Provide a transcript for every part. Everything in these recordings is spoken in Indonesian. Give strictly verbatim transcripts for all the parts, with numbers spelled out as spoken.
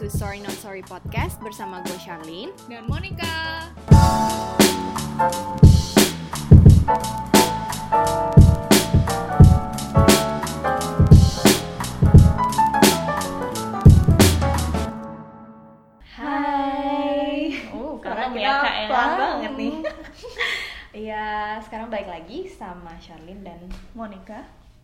to Sorry Not Sorry Podcast bersama gue Charlene dan Monica. Hai. Oh, Sekarang kalem ya kita Kak Ella. pelan banget nih. Iya, sekarang balik lagi sama Charlene dan Monica.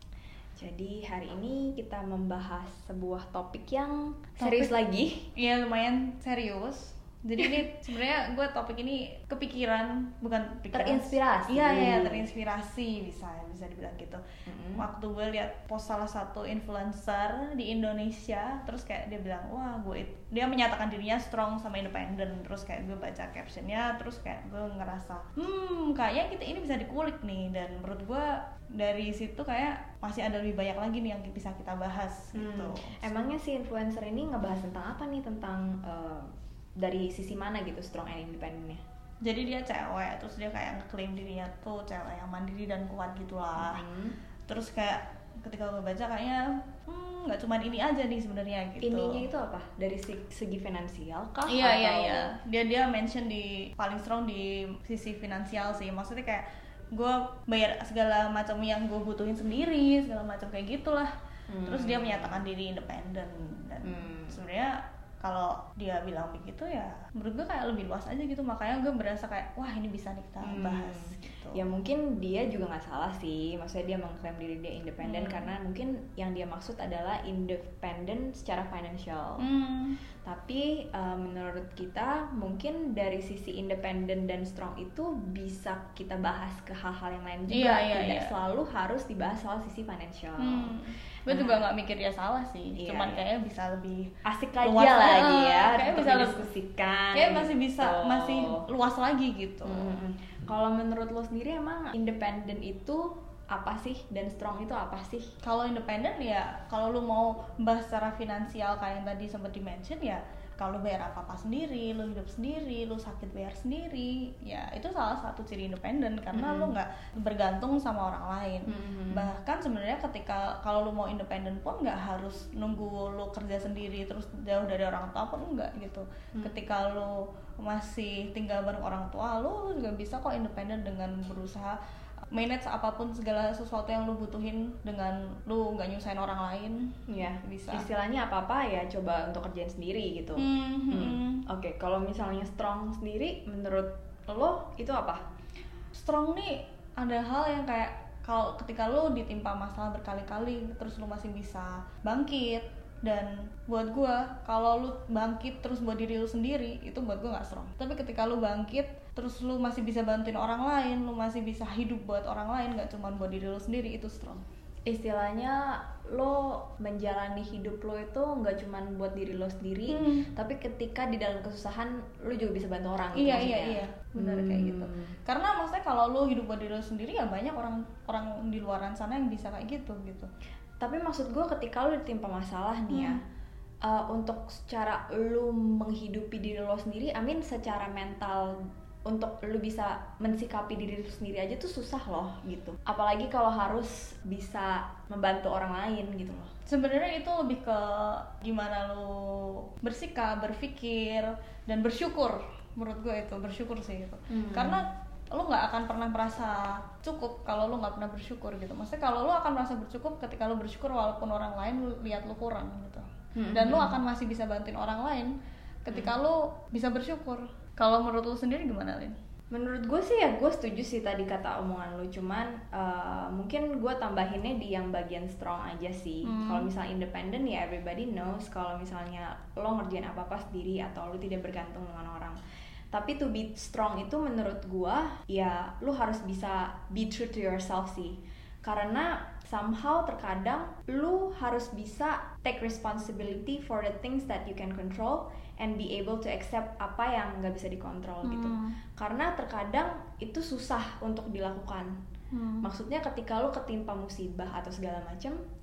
jadi hari ini kita membahas sebuah topik yang Topik- serius lagi. Iya, lumayan serius. Jadi ini sebenarnya gue topik ini kepikiran, bukan pikiran. Terinspirasi. Iya, iya, terinspirasi bisa bisa dibilang gitu. Mm-mm. Waktu gue lihat post salah satu influencer di Indonesia, terus kayak dia bilang, wah gue it-" dia menyatakan dirinya strong sama independen. Terus kayak gue baca captionnya, terus kayak gue ngerasa, hmm kayaknya kita ini bisa dikulik nih. Dan menurut gue dari situ kayak masih ada lebih banyak lagi nih yang bisa kita bahas gitu. Hmm. Emangnya si influencer ini ngebahas tentang apa nih? Tentang eh, dari sisi mana gitu strong and independentnya? Jadi dia cewek, terus dia kayak ngeklaim dirinya tuh cewek yang mandiri dan kuat gitulah. Hmm. Terus kayak ketika gue baca kayaknya hmm nggak cuma ini aja nih sebenarnya gitu. Ininya itu apa? Dari se- segi finansial kah? Iya iya Atau- iya. Dia dia mention di paling strong di sisi finansial sih. Maksudnya kayak gue bayar segala macam yang gue butuhin sendiri, segala macam kayak gitulah. Hmm. Terus dia menyatakan diri independen dan Hmm. sebenarnya kalau dia bilang begitu ya menurut gue kayak lebih luas aja gitu. Makanya gue berasa kayak wah ini bisa nih kita Hmm. bahas gitu. Ya mungkin dia juga nggak salah sih, maksudnya dia mengklaim diri dia independen Hmm. karena mungkin yang dia maksud adalah independen secara financial. Hmm. Tapi uh, menurut kita mungkin dari sisi independen dan strong itu bisa kita bahas ke hal-hal yang lain juga, Iya, iya, tidak iya. selalu harus dibahas soal sisi financial. Hmm. Gue Nah. juga nggak mikir dia salah sih. Iya, Cuman iya. kayaknya bisa lebih Asik aja Luas, lagi eh, ya, kayaknya untuk bisa lebih- didiskusikan. kayak masih bisa gitu. masih luas lagi gitu. Mm-mm. Kalau menurut lo sendiri emang independen itu apa sih dan strong itu apa sih? Kalau independen ya kalau lu mau bahas secara finansial kayak yang tadi sempat di-mention ya, kalau lu bayar apa-apa sendiri, lu hidup sendiri, lu sakit bayar sendiri, ya itu salah satu ciri independen karena Mhm. lu nggak bergantung sama orang lain. Mhm. Bahkan sebenarnya ketika kalau lu mau independen pun nggak harus nunggu lu kerja sendiri terus jauh dari orang tua pun enggak gitu. Hmm. Ketika lu masih tinggal bareng orang tua, lu, lu juga bisa kok independen dengan berusaha manage apapun segala sesuatu yang lu butuhin dengan lu nggak nyusahin orang lain. Ya, Bisa. istilahnya apa-apa ya coba untuk kerjain sendiri gitu. Hmm, Hmm. hmm. Oke, kalau misalnya strong sendiri menurut lo itu apa? Strong nih ada hal yang kayak kalau ketika lu ditimpa masalah berkali-kali terus lu masih bisa bangkit. Dan buat gua kalau lu bangkit terus buat diri lu sendiri itu buat gua nggak strong. Tapi ketika lu bangkit terus lu masih bisa bantuin orang lain, lu masih bisa hidup buat orang lain, nggak cuma buat diri lu sendiri, itu strong. Istilahnya lo menjalani hidup lo itu nggak cuman buat diri lo sendiri, Hmm. tapi ketika di dalam kesusahan lo juga bisa bantu orang. gitu Iya iya maksudnya. iya, benar kayak Hmm. gitu. Karena maksudnya kalau lu hidup buat diri lu sendiri ya banyak orang orang di luaran sana yang bisa kayak gitu gitu. Tapi maksud gue ketika lo ditimpa masalah nih ya, Hmm. uh, untuk secara lo menghidupi diri lo sendiri, I mean secara mental untuk lo bisa mensikapi diri lo sendiri aja tuh susah loh gitu. Apalagi kalau harus bisa membantu orang lain gitu loh. Sebenarnya itu lebih ke gimana lu bersikap, berpikir, dan bersyukur. Menurut gue itu bersyukur sih gitu. Hmm. Karena lu nggak akan pernah merasa cukup kalau lu nggak pernah bersyukur gitu. Maksudnya kalau lu akan merasa bercukup ketika lu bersyukur walaupun orang lain lu lihat lu kurang gitu. Hmm. Dan lu akan masih bisa bantuin orang lain ketika lu bisa bersyukur. Kalau menurut lu sendiri gimana, Lin? Menurut gue sih ya gue setuju sih tadi kata omongan lu, cuman uh, mungkin gue tambahinnya di yang bagian strong aja sih. Hmm. Kalau misalnya independen ya everybody knows kalau misalnya lo ngerjain apa-apa sendiri atau lo tidak bergantung dengan orang. Tapi to be strong itu menurut gue ya lo harus bisa be true to yourself sih. Karena somehow terkadang lu harus bisa take responsibility for the things that you can control and be able to accept apa yang nggak bisa dikontrol gitu. Hmm. Karena terkadang itu susah untuk dilakukan. Hmm. Maksudnya ketika lu ketimpa musibah atau segala macam, ya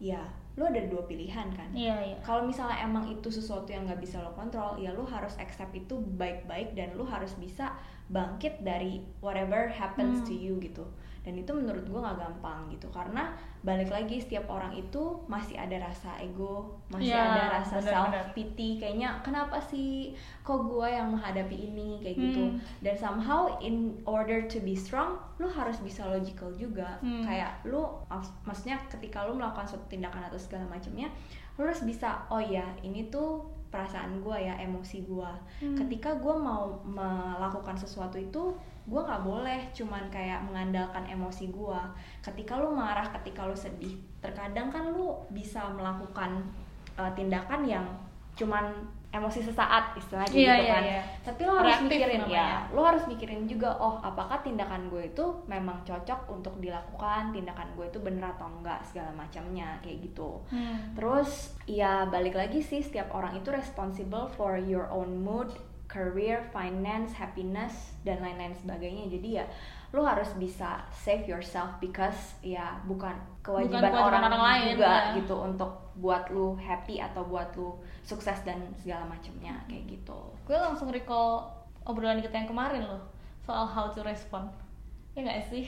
lu ada dua pilihan kan. Iya, iya. Kalau misalnya emang itu sesuatu yang nggak bisa lo kontrol, ya lu harus accept itu baik-baik dan lu harus bisa bangkit dari whatever happens Hmm. to you gitu. Dan itu menurut gue nggak gampang gitu, karena balik lagi setiap orang itu masih ada rasa ego, masih Ya, ada rasa self benar-benar. pity, kayaknya kenapa sih kok gue yang menghadapi ini kayak gitu. Hmm. Dan somehow in order to be strong, lu harus bisa logical juga. Hmm. Kayak lu mak- maksudnya ketika lu melakukan suatu tindakan atau segala macamnya, lu harus bisa, oh ya ini tuh perasaan gue ya, emosi gue. Hmm. Ketika gue mau melakukan sesuatu itu, gue nggak boleh cuman kayak mengandalkan emosi gue. Ketika lu marah, ketika lu sedih, terkadang kan lu bisa melakukan uh, tindakan yang cuman emosi sesaat istilahnya Iya, gitu iya, kan. iya. Tapi lo harus Reaktif mikirin namanya. ya, lo harus mikirin juga, oh apakah tindakan gue itu memang cocok untuk dilakukan, tindakan gue itu bener atau enggak, segala macamnya kayak gitu. Hmm. Terus ya balik lagi sih, setiap orang itu responsible for your own mood, career, finance, happiness, dan lain-lain sebagainya. Jadi ya lo harus bisa save yourself, because ya bukan kewajiban, Bukan kewajiban orang, orang lain, juga ya. gitu untuk buat lo happy atau buat lo sukses dan segala macamnya kayak gitu. Gue langsung recall obrolan kita yang kemarin loh, soal how to respond. Ya nggak sih?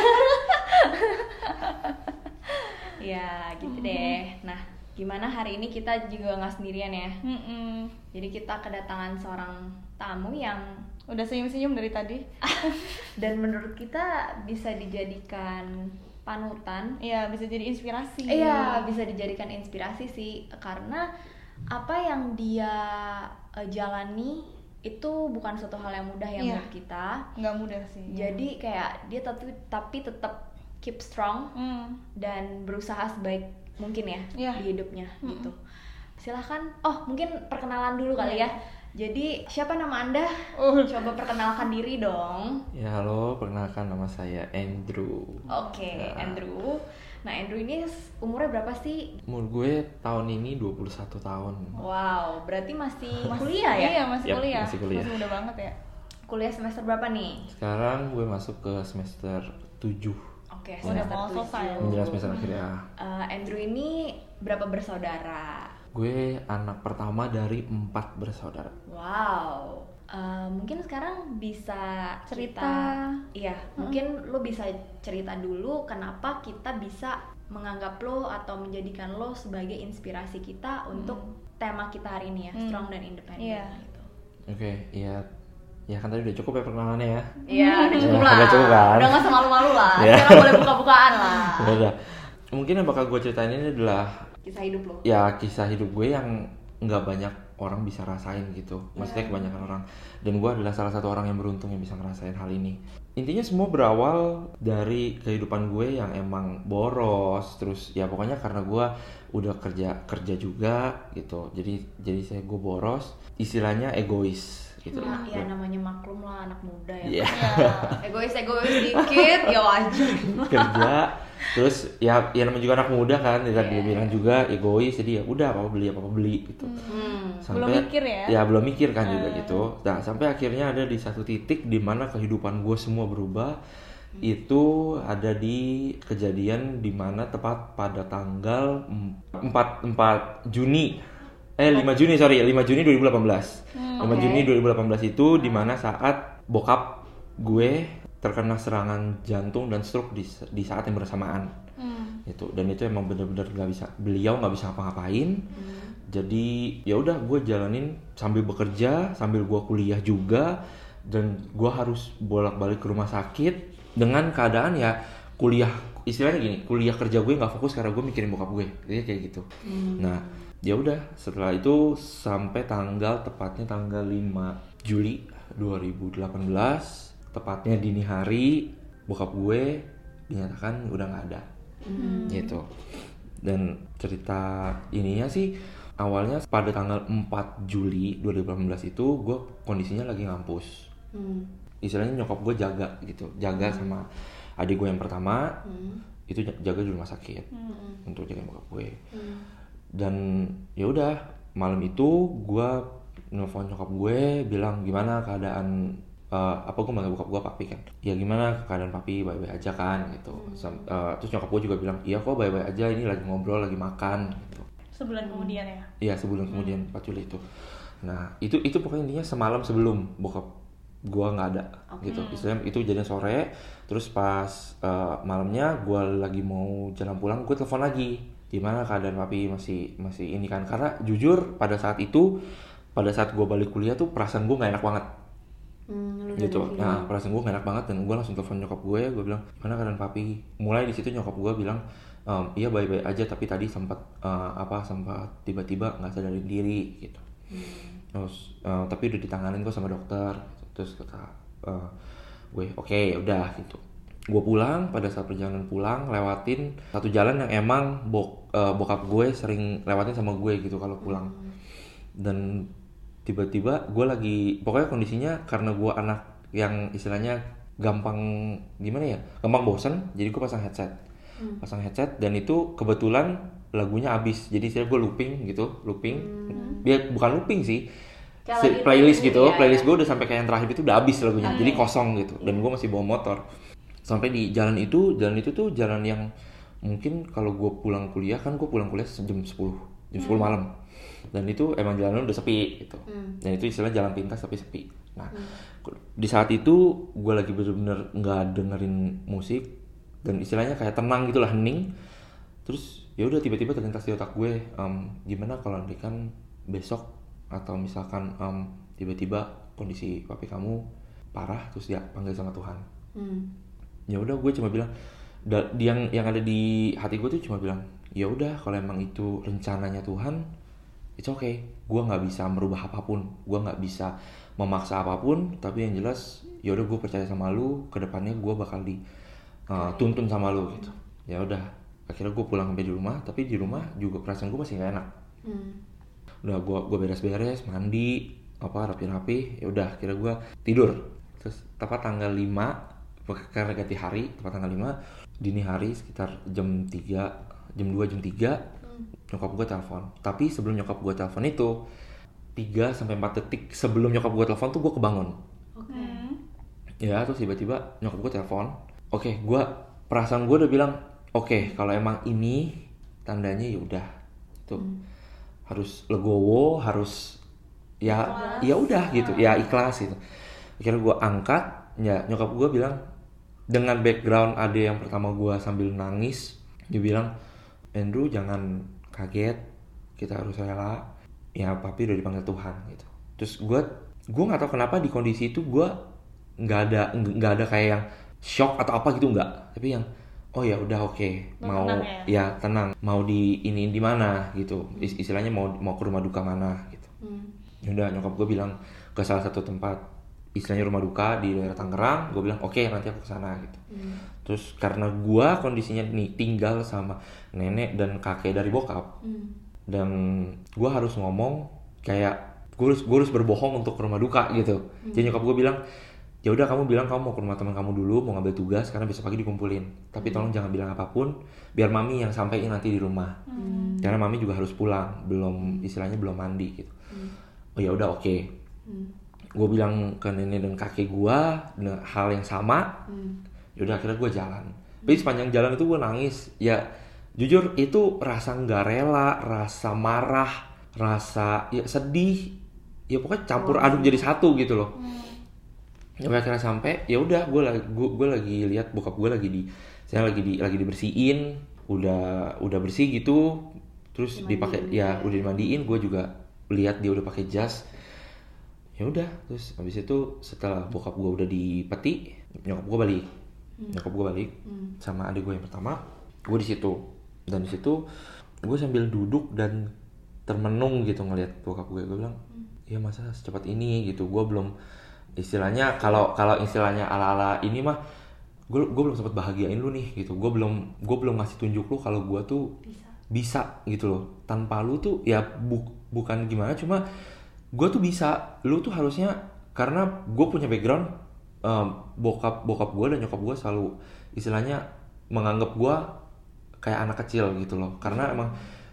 Ya gitu deh. Nah, gimana hari ini kita juga nggak sendirian ya. Mm-mm. Jadi kita kedatangan seorang tamu yang Udah senyum-senyum dari tadi. dan menurut kita bisa dijadikan panutan. Iya, bisa jadi inspirasi. Iya, bisa dijadikan inspirasi sih, karena apa yang dia uh, jalani itu bukan suatu hal yang mudah ya Iya. menurut kita. Nggak mudah sih. Jadi kayak dia tapi tapi tetap keep strong Hmm. dan berusaha sebaik mungkin ya Iya. di hidupnya Mm-mm. gitu. Silahkan. Oh, mungkin perkenalan dulu kali ya. Jadi siapa nama Anda? Oh. Coba perkenalkan diri dong. Ya halo, perkenalkan nama saya Andrew. Oke, Ya. Andrew. Nah, Andrew ini umurnya berapa sih? Umur gue tahun ini dua puluh satu tahun. Wow, berarti masih kuliah ya? Iya, masih Yap, kuliah. masih kuliah. muda banget ya. Kuliah semester berapa nih? Sekarang gue masuk ke semester tujuh. Oke, Udah semester mau tujuh. selesai. Menjelang semester akhir ya. Eh, Andrew ini berapa bersaudara? Gue anak pertama dari empat bersaudara. Wow. Eh, mungkin sekarang bisa Cerita. kita- iya, mungkin lo bisa cerita dulu kenapa kita bisa menganggap lo atau menjadikan lo sebagai inspirasi kita untuk tema kita hari ini ya, Hmm. strong dan independen Iya. gitu. Oke, ya, ya kan tadi udah cukup ya perkenalannya ya. Iya, udah cukup Ya, lah. udah cukup kan? Udah nggak usah malu-malu lah. Iya. Sekarang boleh buka-bukaan lah. Ya udah. Mungkin yang bakal gue ceritain ini adalah Kisah hidup lo. ya kisah hidup gue yang nggak banyak orang bisa rasain gitu. Maksudnya Iya. kebanyakan orang. Dan gue adalah salah satu orang yang beruntung yang bisa ngerasain hal ini. Intinya semua berawal dari kehidupan gue yang emang boros. Terus ya pokoknya karena gue udah kerja kerja juga gitu. Jadi jadi saya gue boros. Istilahnya egois gitu. Nah, ya namanya maklum lah anak muda ya. Iya. Ya. Egois-egois dikit ya wajar. Kerja terus ya ya namanya juga anak muda kan. Tadi Iya. dia bilang juga egois. Jadi ya udah apa beli apa beli gitu. Hmm. Belum mikir ya? Ya belum mikir kan juga Hmm. gitu. Nah sampai akhirnya ada di satu titik di mana kehidupan gue semua berubah. Itu ada di kejadian di mana tepat pada tanggal empat Juni eh lima Juni sorry lima Juni dua ribu delapan belas. lima Oke. Juni dua ribu delapan belas itu di mana saat bokap gue terkena serangan jantung dan stroke di, di saat yang bersamaan. Hmm. Itu dan itu emang bener-bener nggak bisa, beliau nggak bisa ngapa-ngapain. Jadi ya udah gue jalanin sambil bekerja, sambil gue kuliah juga, dan gue harus bolak-balik ke rumah sakit dengan keadaan ya kuliah, istilahnya gini, kuliah kerja gue nggak fokus karena gue mikirin bokap gue, jadi kayak gitu. Nah ya udah setelah itu sampai tanggal tepatnya tanggal lima Juli dua ribu delapan belas, tepatnya dini hari, bokap gue dinyatakan udah nggak ada. Gitu. Dan cerita ininya sih awalnya pada tanggal empat Juli dua ribu delapan belas itu gue kondisinya lagi ngampus. Hmm. Istilahnya nyokap gue jaga gitu, jaga sama adik gue yang pertama. Hmm. Itu jaga di rumah sakit Hmm. untuk jagain bokap gue. Hmm. Dan ya udah malam itu gue nelfon nyokap gue bilang gimana keadaan uh, apa gue manggil bokap gue papi kan, ya gimana keadaan papi, baik-baik aja kan gitu. Sam- uh, terus nyokap gue juga bilang iya kok baik-baik aja, ini lagi ngobrol lagi makan gitu. Sebulan kemudian ya. Iya sebulan kemudian empat Juli itu. Nah itu itu pokoknya intinya semalam sebelum bokap gue nggak ada Oke. gitu. Istilahnya itu jadinya sore, terus pas uh, malamnya gue lagi mau jalan pulang, gue telepon lagi, gimana keadaan papi, masih masih ini kan. Karena jujur pada saat itu, pada saat gue balik kuliah tuh perasaan gue nggak enak banget. Hmm, lu udah Gitu. ada feeling. Nah perasaan gue gak enak banget dan gue langsung telepon nyokap gue, gue bilang gimana keadaan papi. Mulai di situ nyokap gue bilang ehm, iya baik-baik aja tapi tadi sempat eh, apa sempat tiba-tiba nggak sadarin diri gitu. Hmm. Terus eh, tapi udah ditanganin kok sama dokter. Terus kata eh, gue oke ya udah gitu. Gue pulang, pada saat perjalanan pulang lewatin satu jalan yang emang bok, eh, bokap gue sering lewatin sama gue gitu kalau pulang. Dan tiba-tiba gue lagi, pokoknya kondisinya karena gue anak yang istilahnya gampang gimana ya, gampang bosen, jadi gue pasang headset, Hmm. pasang headset dan itu kebetulan lagunya habis, jadi saya gue looping gitu, looping, dia bukan looping sih, Kayak si- lagi playlist lagu, gitu, ya, playlist ya. gue udah sampai kayak yang terakhir itu udah habis lagunya, Oke. jadi kosong gitu, dan gue masih bawa motor, sampai di jalan itu, jalan itu tuh jalan yang mungkin kalau gue pulang kuliah kan gue pulang kuliah jam sepuluh, jam sepuluh malam. Dan itu emang jalannya udah sepi gitu. Hmm. Dan itu istilahnya jalan pintas tapi sepi. Nah, di saat itu gue lagi bener-bener nggak dengerin musik dan istilahnya kayak tenang gitulah, hening. Terus ya udah tiba-tiba terlintas di otak gue, em, gimana kalau nanti kan besok atau misalkan em, tiba-tiba kondisi papi kamu parah terus dia panggil sama Tuhan. Hmm. Ya udah gue cuma bilang, da- yang yang ada di hati gue tuh cuma bilang, ya udah kalau emang itu rencananya Tuhan, it's okay, gue nggak bisa merubah apapun, gue nggak bisa memaksa apapun, tapi yang jelas ya udah gue percaya sama lu, kedepannya gue bakal di uh, tuntun sama lu gitu. Ya udah, akhirnya gue pulang sampai di rumah, tapi di rumah juga perasaan gue masih nggak enak. Hmm. Udah gue gue beres-beres, mandi, apa rapi-rapi, ya udah akhirnya gue tidur. Terus tepat tanggal lima, karena ganti hari, tepat tanggal lima dini hari sekitar jam tiga, jam dua, jam tiga. Nyokap gue telepon. Tapi sebelum nyokap gue telepon itu tiga sampai empat detik sebelum nyokap gue telepon tuh gue kebangun. Oke. Ya terus tiba-tiba nyokap gue telepon. Oke, gue perasaan gue udah bilang, oke kalau emang ini tandanya ya udah tuh harus legowo, harus ya Ikhlas. ya udah gitu, ya ikhlas gitu. Akhirnya gue angkat, ya nyokap gue bilang dengan background ada yang pertama gue sambil nangis, dia bilang, Andrew jangan kaget, kita harus rela, ya papi udah dipanggil Tuhan gitu. Terus gue gue nggak tahu kenapa di kondisi itu gue nggak ada nggak ada kayak yang shock atau apa gitu, nggak, tapi yang oh ya udah oke, Lo mau tenang ya tenang, mau di ini di mana gitu, Is- istilahnya mau mau ke rumah duka mana gitu. Hmm. Yaudah nyokap gue bilang ke salah satu tempat istilahnya rumah duka di daerah Tangerang, gue bilang oke nanti aku kesana gitu. Hmm. Terus karena gue kondisinya nih tinggal sama nenek dan kakek dari bokap, Hmm. dan gue harus ngomong kayak gue harus gue harus berbohong untuk ke rumah duka gitu. Jadi nyokap gue bilang ya udah kamu bilang kamu mau ke rumah teman kamu dulu, mau ngambil tugas karena besok pagi dikumpulin, tapi tolong jangan bilang apapun biar mami yang sampein nanti di rumah. Hmm. Karena mami juga harus pulang, belum istilahnya belum mandi gitu. Oh ya udah oke. Hmm. Gue bilang ke nenek dan kakek gue dengan hal yang sama. Hmm. Ya udah akhirnya gue jalan. Tapi sepanjang jalan itu gue nangis. Ya jujur itu rasa nggak rela, rasa marah, rasa ya sedih. Ya pokoknya campur aduk jadi satu gitu loh. Ya udah akhirnya sampai, ya udah gue lagi gue, gue lagi lihat bokap gue lagi di saya lagi di lagi dibersihin, udah udah bersih gitu, terus dipakai ya udah dimandiin, gue juga lihat dia udah pakai jas. Ya udah, terus habis itu setelah bokap gue udah di peti, nyokap gue balik, nyokap gue balik sama adik gue yang pertama, gue di situ, dan di situ gue sambil duduk dan termenung gitu ngelihat bokap gue, gue bilang, ya masa secepat ini gitu, gue belum istilahnya kalau kalau istilahnya ala-ala ini mah gue gue belum sempat bahagiain lu nih gitu, gue belum gue belum ngasih tunjuk lu kalau gue tuh Bisa. bisa gitu loh, tanpa lu tuh ya bu, bukan gimana, cuma gue tuh bisa, lu tuh harusnya, karena gue punya background um, bokap bokap gue dan nyokap gue selalu istilahnya menganggap gue kayak anak kecil gitu loh, karena emang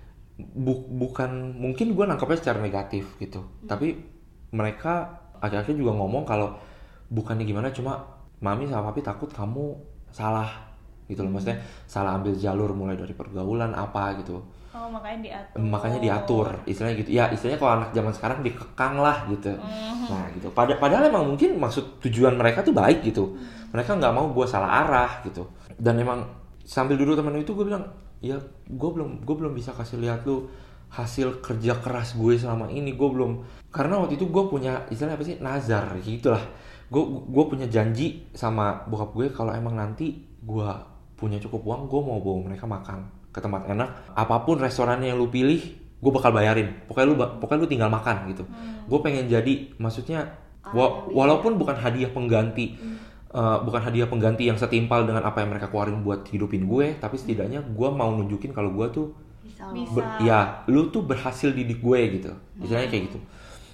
bu, bukan mungkin gue nangkapnya secara negatif gitu, tapi mereka akhir-akhir juga ngomong kalau bukannya gimana, cuma mami sama papi takut kamu salah gitu loh, maksudnya salah ambil jalur mulai dari pergaulan apa gitu. Oh, makanya diatur. Makanya diatur, istilahnya gitu. Ya, istilahnya kalau anak zaman sekarang dikekang lah gitu. Mm-hmm. Nah, gitu. Pada, padahal emang mungkin maksud tujuan mereka tuh baik gitu. Mereka nggak mau gue salah arah gitu. Dan emang sambil duduk temen itu gue bilang, ya gue belum gue belum bisa kasih lihat lu hasil kerja keras gue selama ini. Gue belum, karena waktu itu gue punya istilahnya apa sih, nazar gitu lah. Gue gue punya janji sama bokap gue kalau emang nanti gue punya cukup uang, gue mau bawa mereka makan ke tempat enak, apapun restorannya yang lu pilih, gue bakal bayarin. Pokoknya lu, pokoknya lu tinggal makan gitu. Hmm. Gue pengen jadi, maksudnya, wa- walaupun bukan hadiah pengganti, hmm. uh, bukan hadiah pengganti yang setimpal dengan apa yang mereka keluarin buat hidupin gue, tapi setidaknya gue mau nunjukin kalau gue tuh, bisa. Ber, ya, lu tuh berhasil didik gue gitu, istilahnya kayak gitu.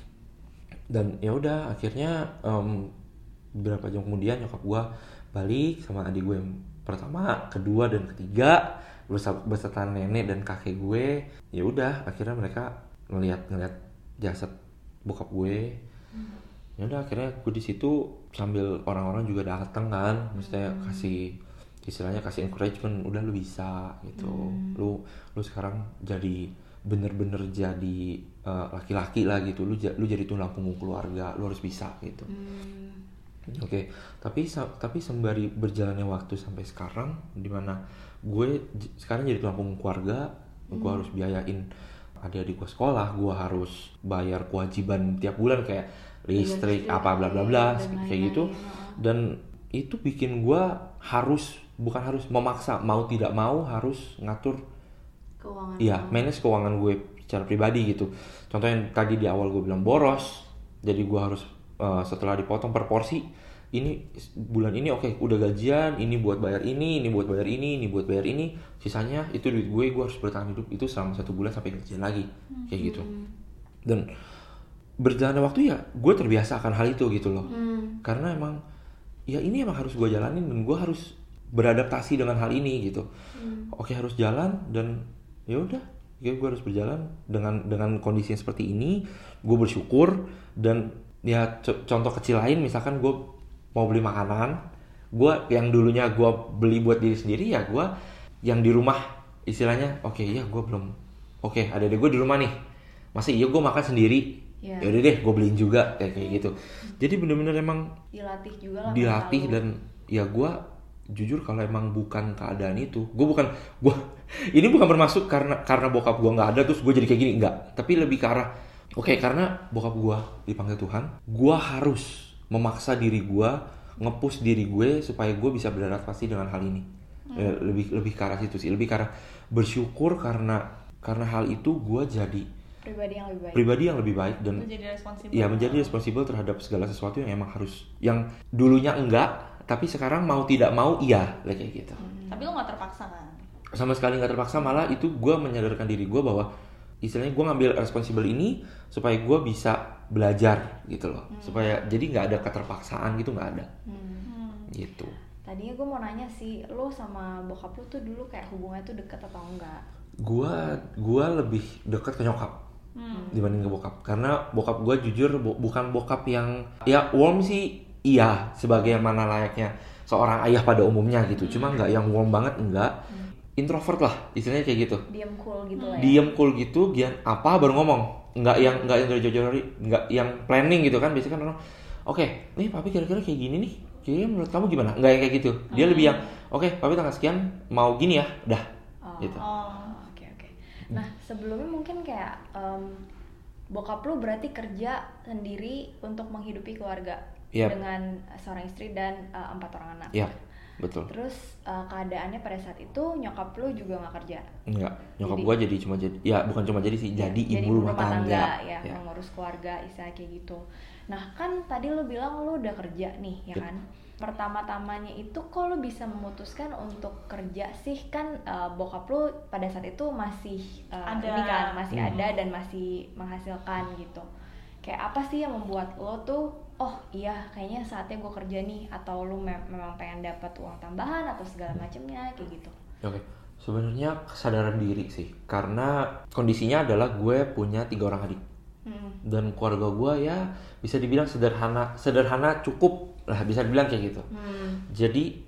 Dan ya udah, akhirnya um, beberapa jam kemudian nyokap gue balik sama adik gue yang pertama, kedua dan ketiga beserta nenek dan kakek gue. Ya udah, akhirnya mereka ngelihat ngelihat jasad bokap gue. Hmm. Ya udah, akhirnya gue di situ sambil orang-orang juga datang kan, maksudnya hmm. kasih istilahnya kasih encouragement, udah lu bisa gitu. Hmm. Lu lu sekarang jadi bener-bener jadi uh, laki-laki lah gitu. Lu lu jadi tulang punggung keluarga, lu harus bisa gitu. Hmm. Oke, okay. tapi tapi sembari berjalannya waktu sampai sekarang, dimana gue j- sekarang jadi tulang punggung keluarga, hmm. gue harus biayain adik-adik gue sekolah, gue harus bayar kewajiban tiap bulan kayak listrik, apa bla bla bla kayak gitu, dan itu bikin gue harus bukan harus memaksa, mau tidak mau harus ngatur keuangan. Iya, manage keuangan gue secara pribadi gitu. Contohnya yang tadi di awal gue bilang boros, jadi gue harus Uh, setelah dipotong per porsi, ini bulan ini oke okay, udah gajian, ini buat bayar ini, ini buat bayar ini, ini buat bayar ini, sisanya itu duit gue, gue harus bertahan hidup itu selama satu bulan sampai gajian lagi, hmm. kayak gitu. Dan berjalannya waktu ya gue terbiasa akan hal itu gitu loh, hmm. karena emang ya ini emang harus gue jalanin dan gue harus beradaptasi dengan hal ini gitu. Hmm. Oke, harus jalan dan ya udah, ya gue harus berjalan dengan dengan kondisi yang seperti ini. Gue bersyukur. Dan ya co- contoh kecil lain, misalkan gue mau beli makanan, gue yang dulunya gue beli buat diri sendiri, ya gue yang di rumah istilahnya oke okay, ya gue belum oke okay, ada deh gue di rumah nih, masa iya gue makan sendiri, yeah. ya udah deh gue beliin juga kayak kayak gitu. Jadi bener-bener emang dilatih juga lah, dilatih dan ya gue jujur kalau emang bukan keadaan itu, gue bukan gue ini bukan bermaksud karena karena bokap gue nggak ada terus gue jadi kayak gini, enggak, tapi lebih ke arah oke, okay, karena bokap gue dipanggil Tuhan, gue harus memaksa diri gue, nge-push diri gue supaya gue bisa beradaptasi dengan hal ini. Hmm. Lebih lebih ke arah situ sih, lebih ke arah bersyukur karena karena hal itu gue jadi pribadi yang lebih baik. Pribadi yang lebih baik dan menjadi responsibel. Ya, menjadi responsibel terhadap segala sesuatu yang emang harus, yang dulunya enggak, tapi sekarang mau tidak mau iya, kayak gitu. Hmm. Tapi lo nggak terpaksa kan? Sama sekali nggak terpaksa, malah itu gue menyadarkan diri gue bahwa istilahnya gue ngambil responsibel ini supaya gue bisa belajar gitu loh, hmm. supaya jadi nggak ada keterpaksaan gitu, nggak ada, hmm. gitu. Tadinya gue mau nanya sih, lo sama bokap lo tuh dulu kayak hubungannya tuh deket atau enggak? Gue gue lebih deket ke nyokap hmm. dibanding ke bokap, karena bokap gue jujur bu- bukan bokap yang ya warm sih, iya sebagai mana layaknya seorang ayah pada umumnya gitu, hmm. cuma nggak yang warm banget, enggak. Hmm. Introvert lah istilahnya kayak gitu. Diam cool gitu lah ya. Diam cool gitu, gian apa baru ngomong. Enggak yang enggak yang jauh-jauh, enggak yang planning gitu kan. Biasanya kan orang, oke, okay, nih papi kira-kira kayak gini nih. Kira-kira menurut kamu gimana? Enggak yang kayak gitu. Dia hmm. lebih yang, oke, okay, papi tanggal sekian mau gini ya, dah. Oh, gitu. Oh, oke okay, oke. Okay. Nah, sebelumnya mungkin kayak um, bokap lu berarti kerja sendiri untuk menghidupi keluarga yep. dengan seorang istri dan uh, empat orang anak. Iya. Yep. Betul. Terus uh, keadaannya pada saat itu nyokap lu juga nggak kerja? Enggak, nyokap gue jadi cuma jadi, ya bukan cuma jadi sih, ya, jadi ibu rumah tangga, tangga ya, ya, mengurus keluarga, istilah kayak gitu. Nah kan tadi lu bilang lu udah kerja nih, ya kan? Pertama-tamanya itu kok lu bisa memutuskan untuk kerja sih, kan uh, bokap lu pada saat itu masih uh, ada. ini kan, masih hmm. ada dan masih menghasilkan gitu. Kayak apa sih yang membuat lo tuh, oh iya kayaknya saatnya gue kerja nih, atau lo me- memang pengen dapat uang tambahan atau segala macamnya kayak gitu? Oke, okay. Sebenarnya kesadaran diri sih, karena kondisinya adalah gue punya tiga orang adik hmm. dan keluarga gue ya bisa dibilang sederhana, sederhana cukup lah, bisa dibilang kayak gitu. Hmm. Jadi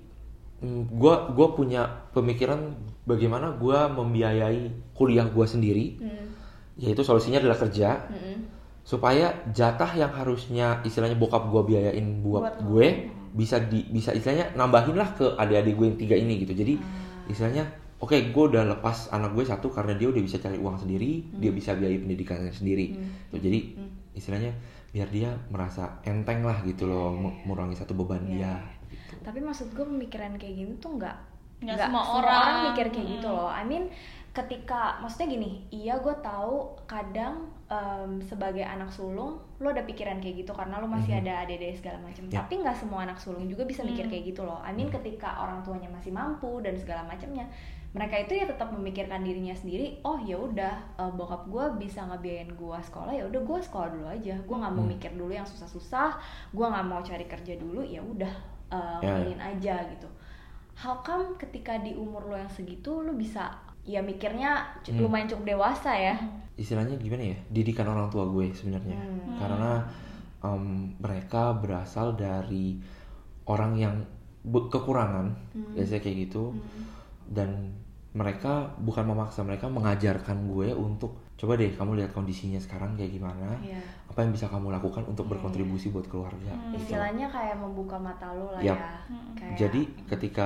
gue gue punya pemikiran bagaimana gue membiayai kuliah gue sendiri, Hmm. yaitu solusinya adalah kerja, Hmm. supaya jatah yang harusnya istilahnya bokap gue biayain buat, Buat gue bisa di bisa istilahnya nambahin lah ke adik-adik gue yang tiga ini gitu. Jadi Hmm. istilahnya oke okay, gue udah lepas anak gue satu karena dia udah bisa cari uang sendiri, Hmm. dia bisa biayai pendidikannya sendiri. Hmm. Tuh, jadi Hmm. istilahnya biar dia merasa enteng lah gitu loh, mengurangi satu beban Iya. dia. Gitu. Tapi maksud gue pemikiran kayak gini tuh nggak Nggak nggak semua orang. orang. mikir kayak Hmm. gitu loh. I mean ketika maksudnya gini, iya gue tahu kadang em, sebagai anak sulung lo ada pikiran kayak gitu karena lo masih Mhm. ada adik-adik segala macam. Ya. Tapi nggak semua anak sulung juga bisa mikir Hmm. kayak gitu loh. I mean Hmm. ketika orang tuanya masih mampu dan segala macamnya, mereka itu ya tetap memikirkan dirinya sendiri. Oh ya udah, eh, bokap gue bisa ngebiayain gue sekolah, ya udah gue sekolah dulu aja. Gue nggak mau Hmm. mikir dulu yang susah-susah. Gue nggak mau cari kerja dulu. Ya udah, uh, Ya, ya. ngulin aja gitu. How come ketika di umur lo yang segitu lo bisa ya mikirnya cu- Hmm. lumayan cukup dewasa ya? Istilahnya gimana ya, didikan orang tua gue sebenarnya. Hmm. Karena em, mereka berasal dari orang yang be- kekurangan, Hmm. biasanya kayak gitu. Hmm. Dan mereka bukan memaksa, mereka mengajarkan gue untuk coba deh kamu lihat kondisinya sekarang kayak gimana, Iya. apa yang bisa kamu lakukan untuk Iya. berkontribusi buat keluarga. Hmm. gitu. Istilahnya kayak membuka mata lo lah Yap. ya. Hmm. Kayak, Jadi ketika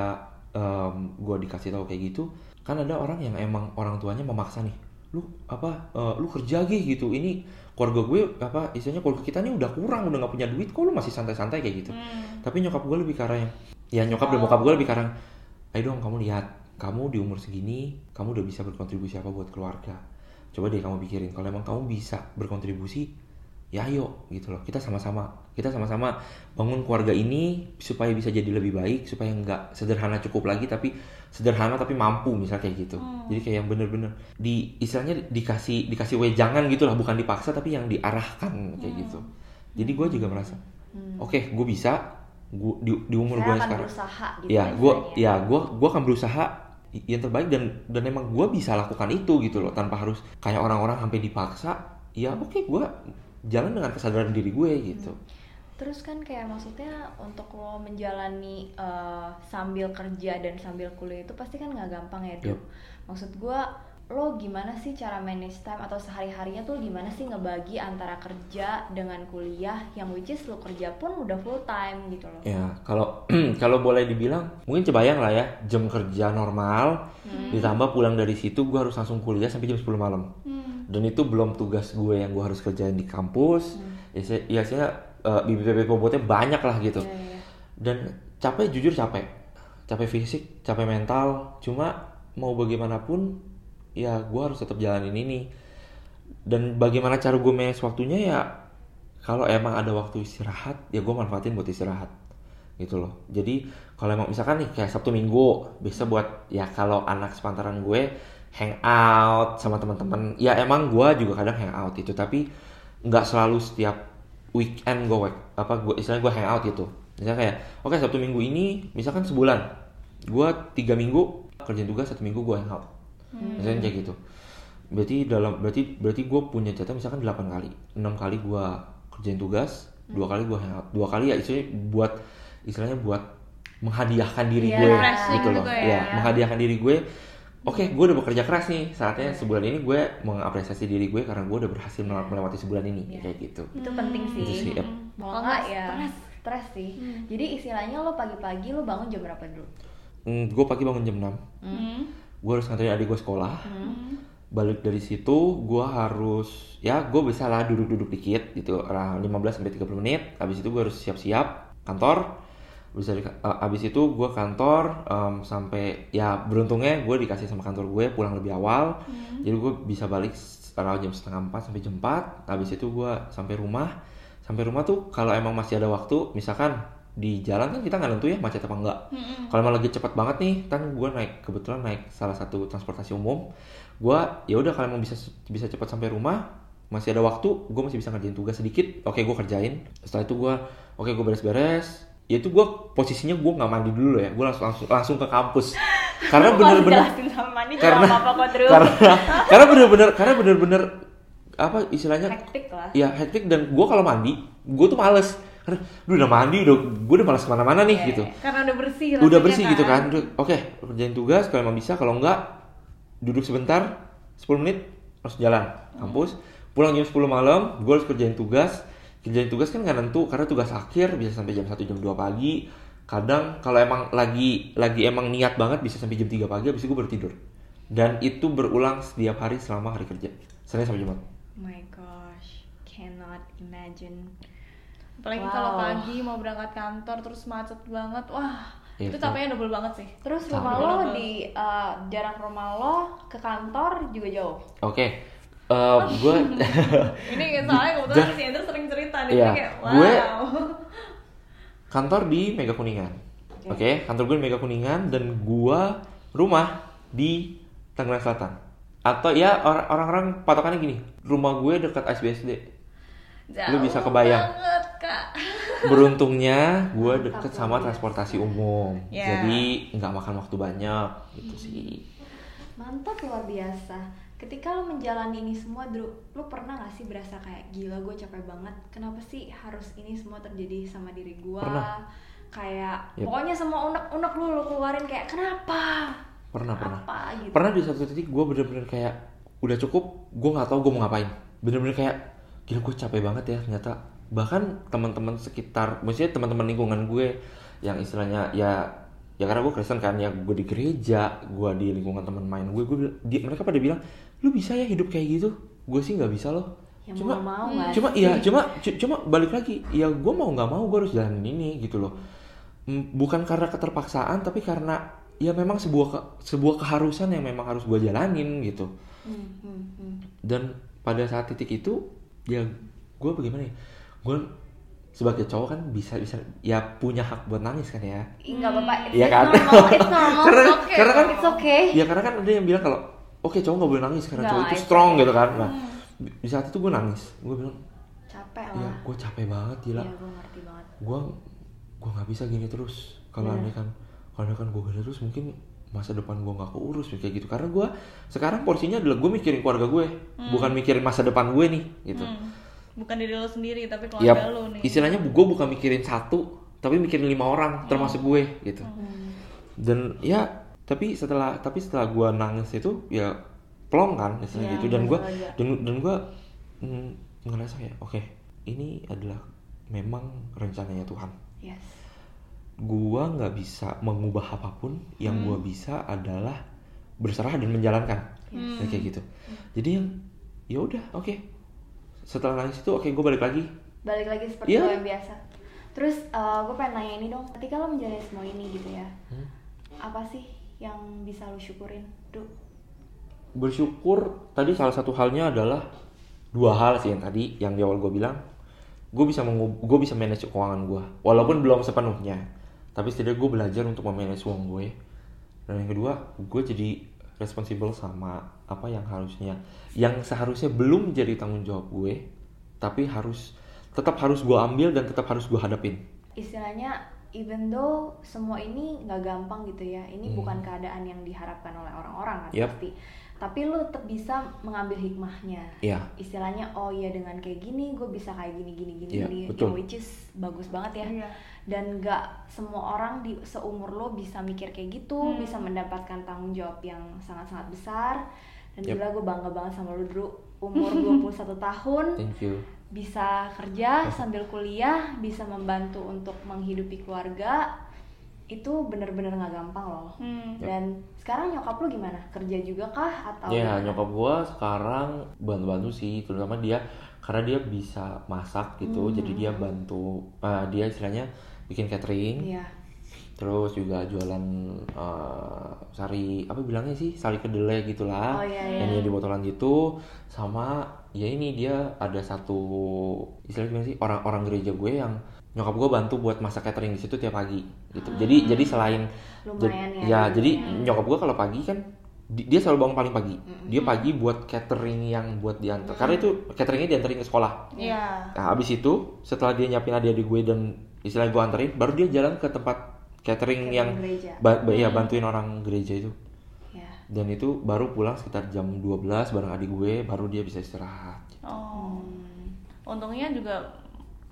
em, gue dikasih tahu kayak gitu, kan ada orang yang emang orang tuanya memaksa nih, lu apa, eh, lu kerja gitu, ini keluarga gue apa, istilahnya keluarga kita nih udah kurang, udah nggak punya duit, kok lu masih santai-santai kayak gitu. Hmm. Tapi nyokap gue lebih karang, ya nyokap dan Oh. bokap gue lebih karang, ayo dong kamu lihat, kamu di umur segini, kamu udah bisa berkontribusi apa buat keluarga. Coba deh kamu pikirin, kalau emang kamu bisa berkontribusi, ya ayo gitu loh, kita sama-sama, kita sama-sama bangun keluarga ini supaya bisa jadi lebih baik, supaya nggak sederhana cukup lagi, tapi sederhana tapi mampu, misal kayak gitu. Hmm. Jadi kayak yang bener-bener di istilahnya dikasih dikasih wejangan gitu lah, bukan dipaksa tapi yang diarahkan kayak Hmm. gitu. Jadi gue juga merasa, Hmm. oke, gue bisa, gue di, di umur Saya gue akan sekarang, berusaha gitu. ya gue istilahnya. ya gue gue akan berusaha yang terbaik, dan dan emang gue bisa lakukan itu gitu loh, tanpa harus kayak orang-orang sampai dipaksa. Ya oke, gue jalan dengan kesadaran diri gue gitu. Terus kan kayak maksudnya untuk lo menjalani uh, sambil kerja dan sambil kuliah itu pasti kan nggak gampang ya, Du. Yup. Maksud gue, lo gimana sih cara manage time atau sehari-harinya tuh gimana sih ngebagi antara kerja dengan kuliah yang which is lo kerja pun udah full time gitu loh. Ya kalau kalau boleh dibilang, mungkin kebayang lah ya, jam kerja normal Hmm. ditambah pulang dari situ gue harus langsung kuliah sampai jam sepuluh malam. Hmm. Dan itu belum tugas gue yang gue harus kerjain di kampus. Hmm. Ya saya, ya saya uh, B B P bobotnya banyak lah gitu. Iya, iya. Dan capek, jujur capek, capek fisik, capek mental. Cuma mau bagaimanapun, ya gue harus tetap jalanin ini. Dan bagaimana cara gue manage waktunya, ya kalau emang ada waktu istirahat, ya gue manfaatin buat istirahat gitu loh. Jadi kalau emang misalkan nih kayak Sabtu Minggu, bisa buat ya kalau anak sepantaran gue hangout sama teman-teman. Ya emang gue juga kadang hangout itu, tapi nggak selalu setiap weekend gue apa gue istilahnya gue hangout gitu. Misalnya kayak oke, Sabtu Minggu ini misalkan sebulan, gue tiga minggu kerjain tugas, satu minggu gue hangout. Hmm. Misalnya kayak gitu. Berarti dalam berarti berarti gue punya jatah misalkan delapan kali, enam kali gue kerjain tugas, dua kali gue hangout, dua kali ya istilahnya buat istilahnya buat menghadiahkan diri Iya, gue refreshing gitu loh. juga Ya, ya. menghadiahkan diri gue. Oke, gue udah bekerja keras nih, saatnya sebulan ini gue mengapresiasi diri gue karena gue udah berhasil mele- melewati sebulan ini. Iya. Kayak gitu. Itu penting sih. Itu sih, yep. Kalau Kalau nggak nggak ya stres. stres sih. Hmm. Jadi istilahnya lo pagi-pagi lo bangun jam berapa dulu? Hmm, gue pagi bangun jam enam. Hmm. Gue harus nganterin adik gue sekolah. Hmm. Balik dari situ gue harus ya gue bisa lah duduk-duduk dikit gitu, lima belas sampai tiga puluh menit. Habis itu gue harus siap-siap kantor. Bisa di, uh, abis itu gue kantor um, sampai ya beruntungnya gue dikasih sama kantor gue pulang lebih awal. Hmm. Jadi gue bisa balik sekitar jam setengah empat sampai jam empat. Habis itu gue sampai rumah. Sampai rumah tuh kalau emang masih ada waktu, misalkan di jalan kan kita nggak nentu ya macet apa enggak. Hmm. Kalau emang lagi cepat banget nih, kan gue naik kebetulan naik salah satu transportasi umum. Gue ya udah kalau emang bisa bisa cepat sampai rumah, masih ada waktu, gue masih bisa ngerjain tugas sedikit. Oke, gue kerjain. Setelah itu gue oke gue beres-beres. Ya itu gue posisinya gue nggak mandi dulu ya, gue langsung langsung langsung ke kampus. Karena bener-bener jelasin sama mandi karena- juga apa-apa kok, Drew. karena karena bener-bener karena bener-bener apa istilahnya Hektik lah. ya hektik, dan gue kalau mandi gue tuh males karena lu udah mandi, udah gue udah malas kemana-mana nih yeah, gitu. Karena udah bersih. Udah bersih kan? Gitu kan. Oke, okay, kerjain tugas kalau emang bisa, kalau enggak duduk sebentar, sepuluh menit harus jalan kampus. Pulang jam sepuluh malam, gue harus kerjain tugas. Kerjain tugas kan nggak nentu karena tugas akhir bisa sampai jam satu jam dua pagi. Kadang kalau emang lagi lagi emang niat banget bisa sampai jam tiga pagi, habis itu gue baru tidur. Dan itu berulang setiap hari selama hari kerja. Senin sampai Jumat. My gosh, cannot imagine. Apalagi Wow. kalau pagi mau berangkat kantor terus macet banget, wah Iya, itu capeknya double banget sih. Terus Sama. rumah lo di uh, jarak rumah lo ke kantor juga jauh. Oke, okay. uh, gue Ini soalnya kebetulan si Andrew sering cerita nih, Iya, kayak wow. gue kantor di Mega Kuningan. Oke, okay. okay, kantor gue di Mega Kuningan dan gue rumah di Tangerang Selatan. Atau ya or- orang-orang patokannya gini, rumah gue dekat S B S D. Jauh Lu bisa kebayang. banget, Kak. Beruntungnya gue deket Mantap, sama luar biasa. transportasi umum, Yeah. jadi nggak makan waktu banyak gitu sih. Mantap, luar biasa. Ketika lo menjalani ini semua, Drew, lo pernah gak sih berasa kayak gila gue capek banget? Kenapa sih harus ini semua terjadi sama diri gue? Pernah. Kayak Yep. pokoknya semua unek-unek lo lo keluarin kayak kenapa? Pernah pernah. Apa gitu? Pernah di satu titik gue bener-bener kayak udah cukup, gue nggak tahu gue mau ngapain. Bener-bener kayak gila gue capek banget ya ternyata. Bahkan teman-teman sekitar, maksudnya teman-teman lingkungan gue yang istilahnya ya ya karena gue Kristen kan, ya gue di gereja, gue di lingkungan teman main gue, gue di, mereka pada bilang lu bisa ya hidup kayak gitu. Gue sih nggak bisa loh. Ya cuma mau nggak cuma sih? iya cuma cu- cuma balik lagi ya gue mau nggak mau gue harus jalanin ini gitu loh. Mm, bukan karena keterpaksaan tapi karena ya memang sebuah ke, sebuah keharusan yang memang harus gue jalanin gitu. Hmm, hmm, hmm. Dan pada saat titik itu ya gue bagaimana ya, gue sebagai cowok kan bisa bisa ya punya hak buat nangis kan ya. Ih, nggak apa-apa, it's, Iya it's kan? normal, it's normal, Karena- it's okay, karena kan- it's okay. Ya karena kan ada yang bilang kalau oke cowok nggak boleh nangis karena Nggak, cowok itu it's strong okay. gitu kan. Nah di saat itu gue nangis, gue bilang Capek ya lah. gue capek banget gila. Iya, gue ngerti banget. gue gue nggak bisa gini terus kalau Bener. aneh kan kalau aneh kan gue gini terus mungkin masa depan gue nggak keurus kayak gitu, karena gue sekarang porsinya adalah gue mikirin keluarga gue, bukan mikirin masa depan gue nih gitu. Hmm. Bukan diri lo sendiri tapi Ya keluarga lo nih. istilahnya gue bukan mikirin satu tapi mikirin lima orang termasuk gue gitu. Hmm. Dan ya tapi setelah tapi setelah gue nangis itu ya plong kan istilahnya Iya, gitu, dan gue betul aja. dan dan gue mm, ngerasa kayak oke ini adalah memang rencananya Tuhan. Yes. Gua nggak bisa mengubah apapun, yang Hmm. gua bisa adalah berserah dan menjalankan. Hmm. Ya, kayak gitu. Jadi yang ya udah oke. Setelah nangis itu oke gue balik lagi. Balik lagi seperti Iya. lo yang biasa. Terus uh, gue pengen nanya ini dong, ketika lo menjalani semua ini gitu ya, Hmm. apa sih yang bisa lo syukurin, Duh? Bersyukur tadi salah satu halnya adalah dua hal sih yang tadi yang di awal gue bilang, gue bisa mengub- gue bisa manage keuangan gue walaupun belum sepenuhnya, tapi setidaknya gue belajar untuk memanage uang gue. Dan yang kedua, gue jadi responsible sama apa yang harusnya yang seharusnya belum jadi tanggung jawab gue, tapi harus tetap harus gue ambil dan tetap harus gue hadapin. Istilahnya, even though semua ini nggak gampang gitu ya, ini Hmm. bukan keadaan yang diharapkan oleh orang-orang kan Yep. pasti, tapi lo tetap bisa mengambil hikmahnya. Iya. Istilahnya, oh iya dengan kayak gini gue bisa kayak gini gini gini, Iya, gini, betul. yang which is bagus banget ya. Iya. Dan nggak semua orang di seumur lo bisa mikir kayak gitu, Hmm. bisa mendapatkan tanggung jawab yang sangat-sangat besar. Dan Yep. gila, gue bangga banget sama lo, Drew. Umur dua puluh satu tahun, Thank you. bisa kerja sambil kuliah, bisa membantu untuk menghidupi keluarga. Itu bener-bener nggak gampang loh. Hmm. Dan sekarang nyokap lo gimana? Kerja juga kah? Atau Ya, gimana? nyokap gua sekarang bantu-bantu sih, terutama dia karena dia bisa masak gitu, Hmm. jadi dia bantu, uh, dia istilahnya bikin catering, Iya. terus juga jualan uh, sari apa bilangnya sih, sari kedelai gitulah, Oh, iya, iya. yang dia di botolan gitu, sama ya ini dia ada satu istilahnya gimana sih, orang-orang gereja gue yang nyokap gue bantu buat masak catering di situ tiap pagi gitu. Jadi jadi selain Lumayan jad- ya. ya jadi nyokap gue kalau pagi kan di- dia selalu bangun paling pagi. Mm-mm. Dia pagi buat catering yang buat diantar. Karena itu cateringnya diantarin ke sekolah. Iya. Nah, abis itu setelah dia nyiapin adik-adik gue dan istilahnya gue anterin, baru dia jalan ke tempat catering, Catering yang gereja. ba- ba- ya bantuin orang gereja itu. Ya. Dan itu baru pulang sekitar jam dua belas bareng adik gue, baru dia bisa istirahat. Oh. Hmm. Untungnya juga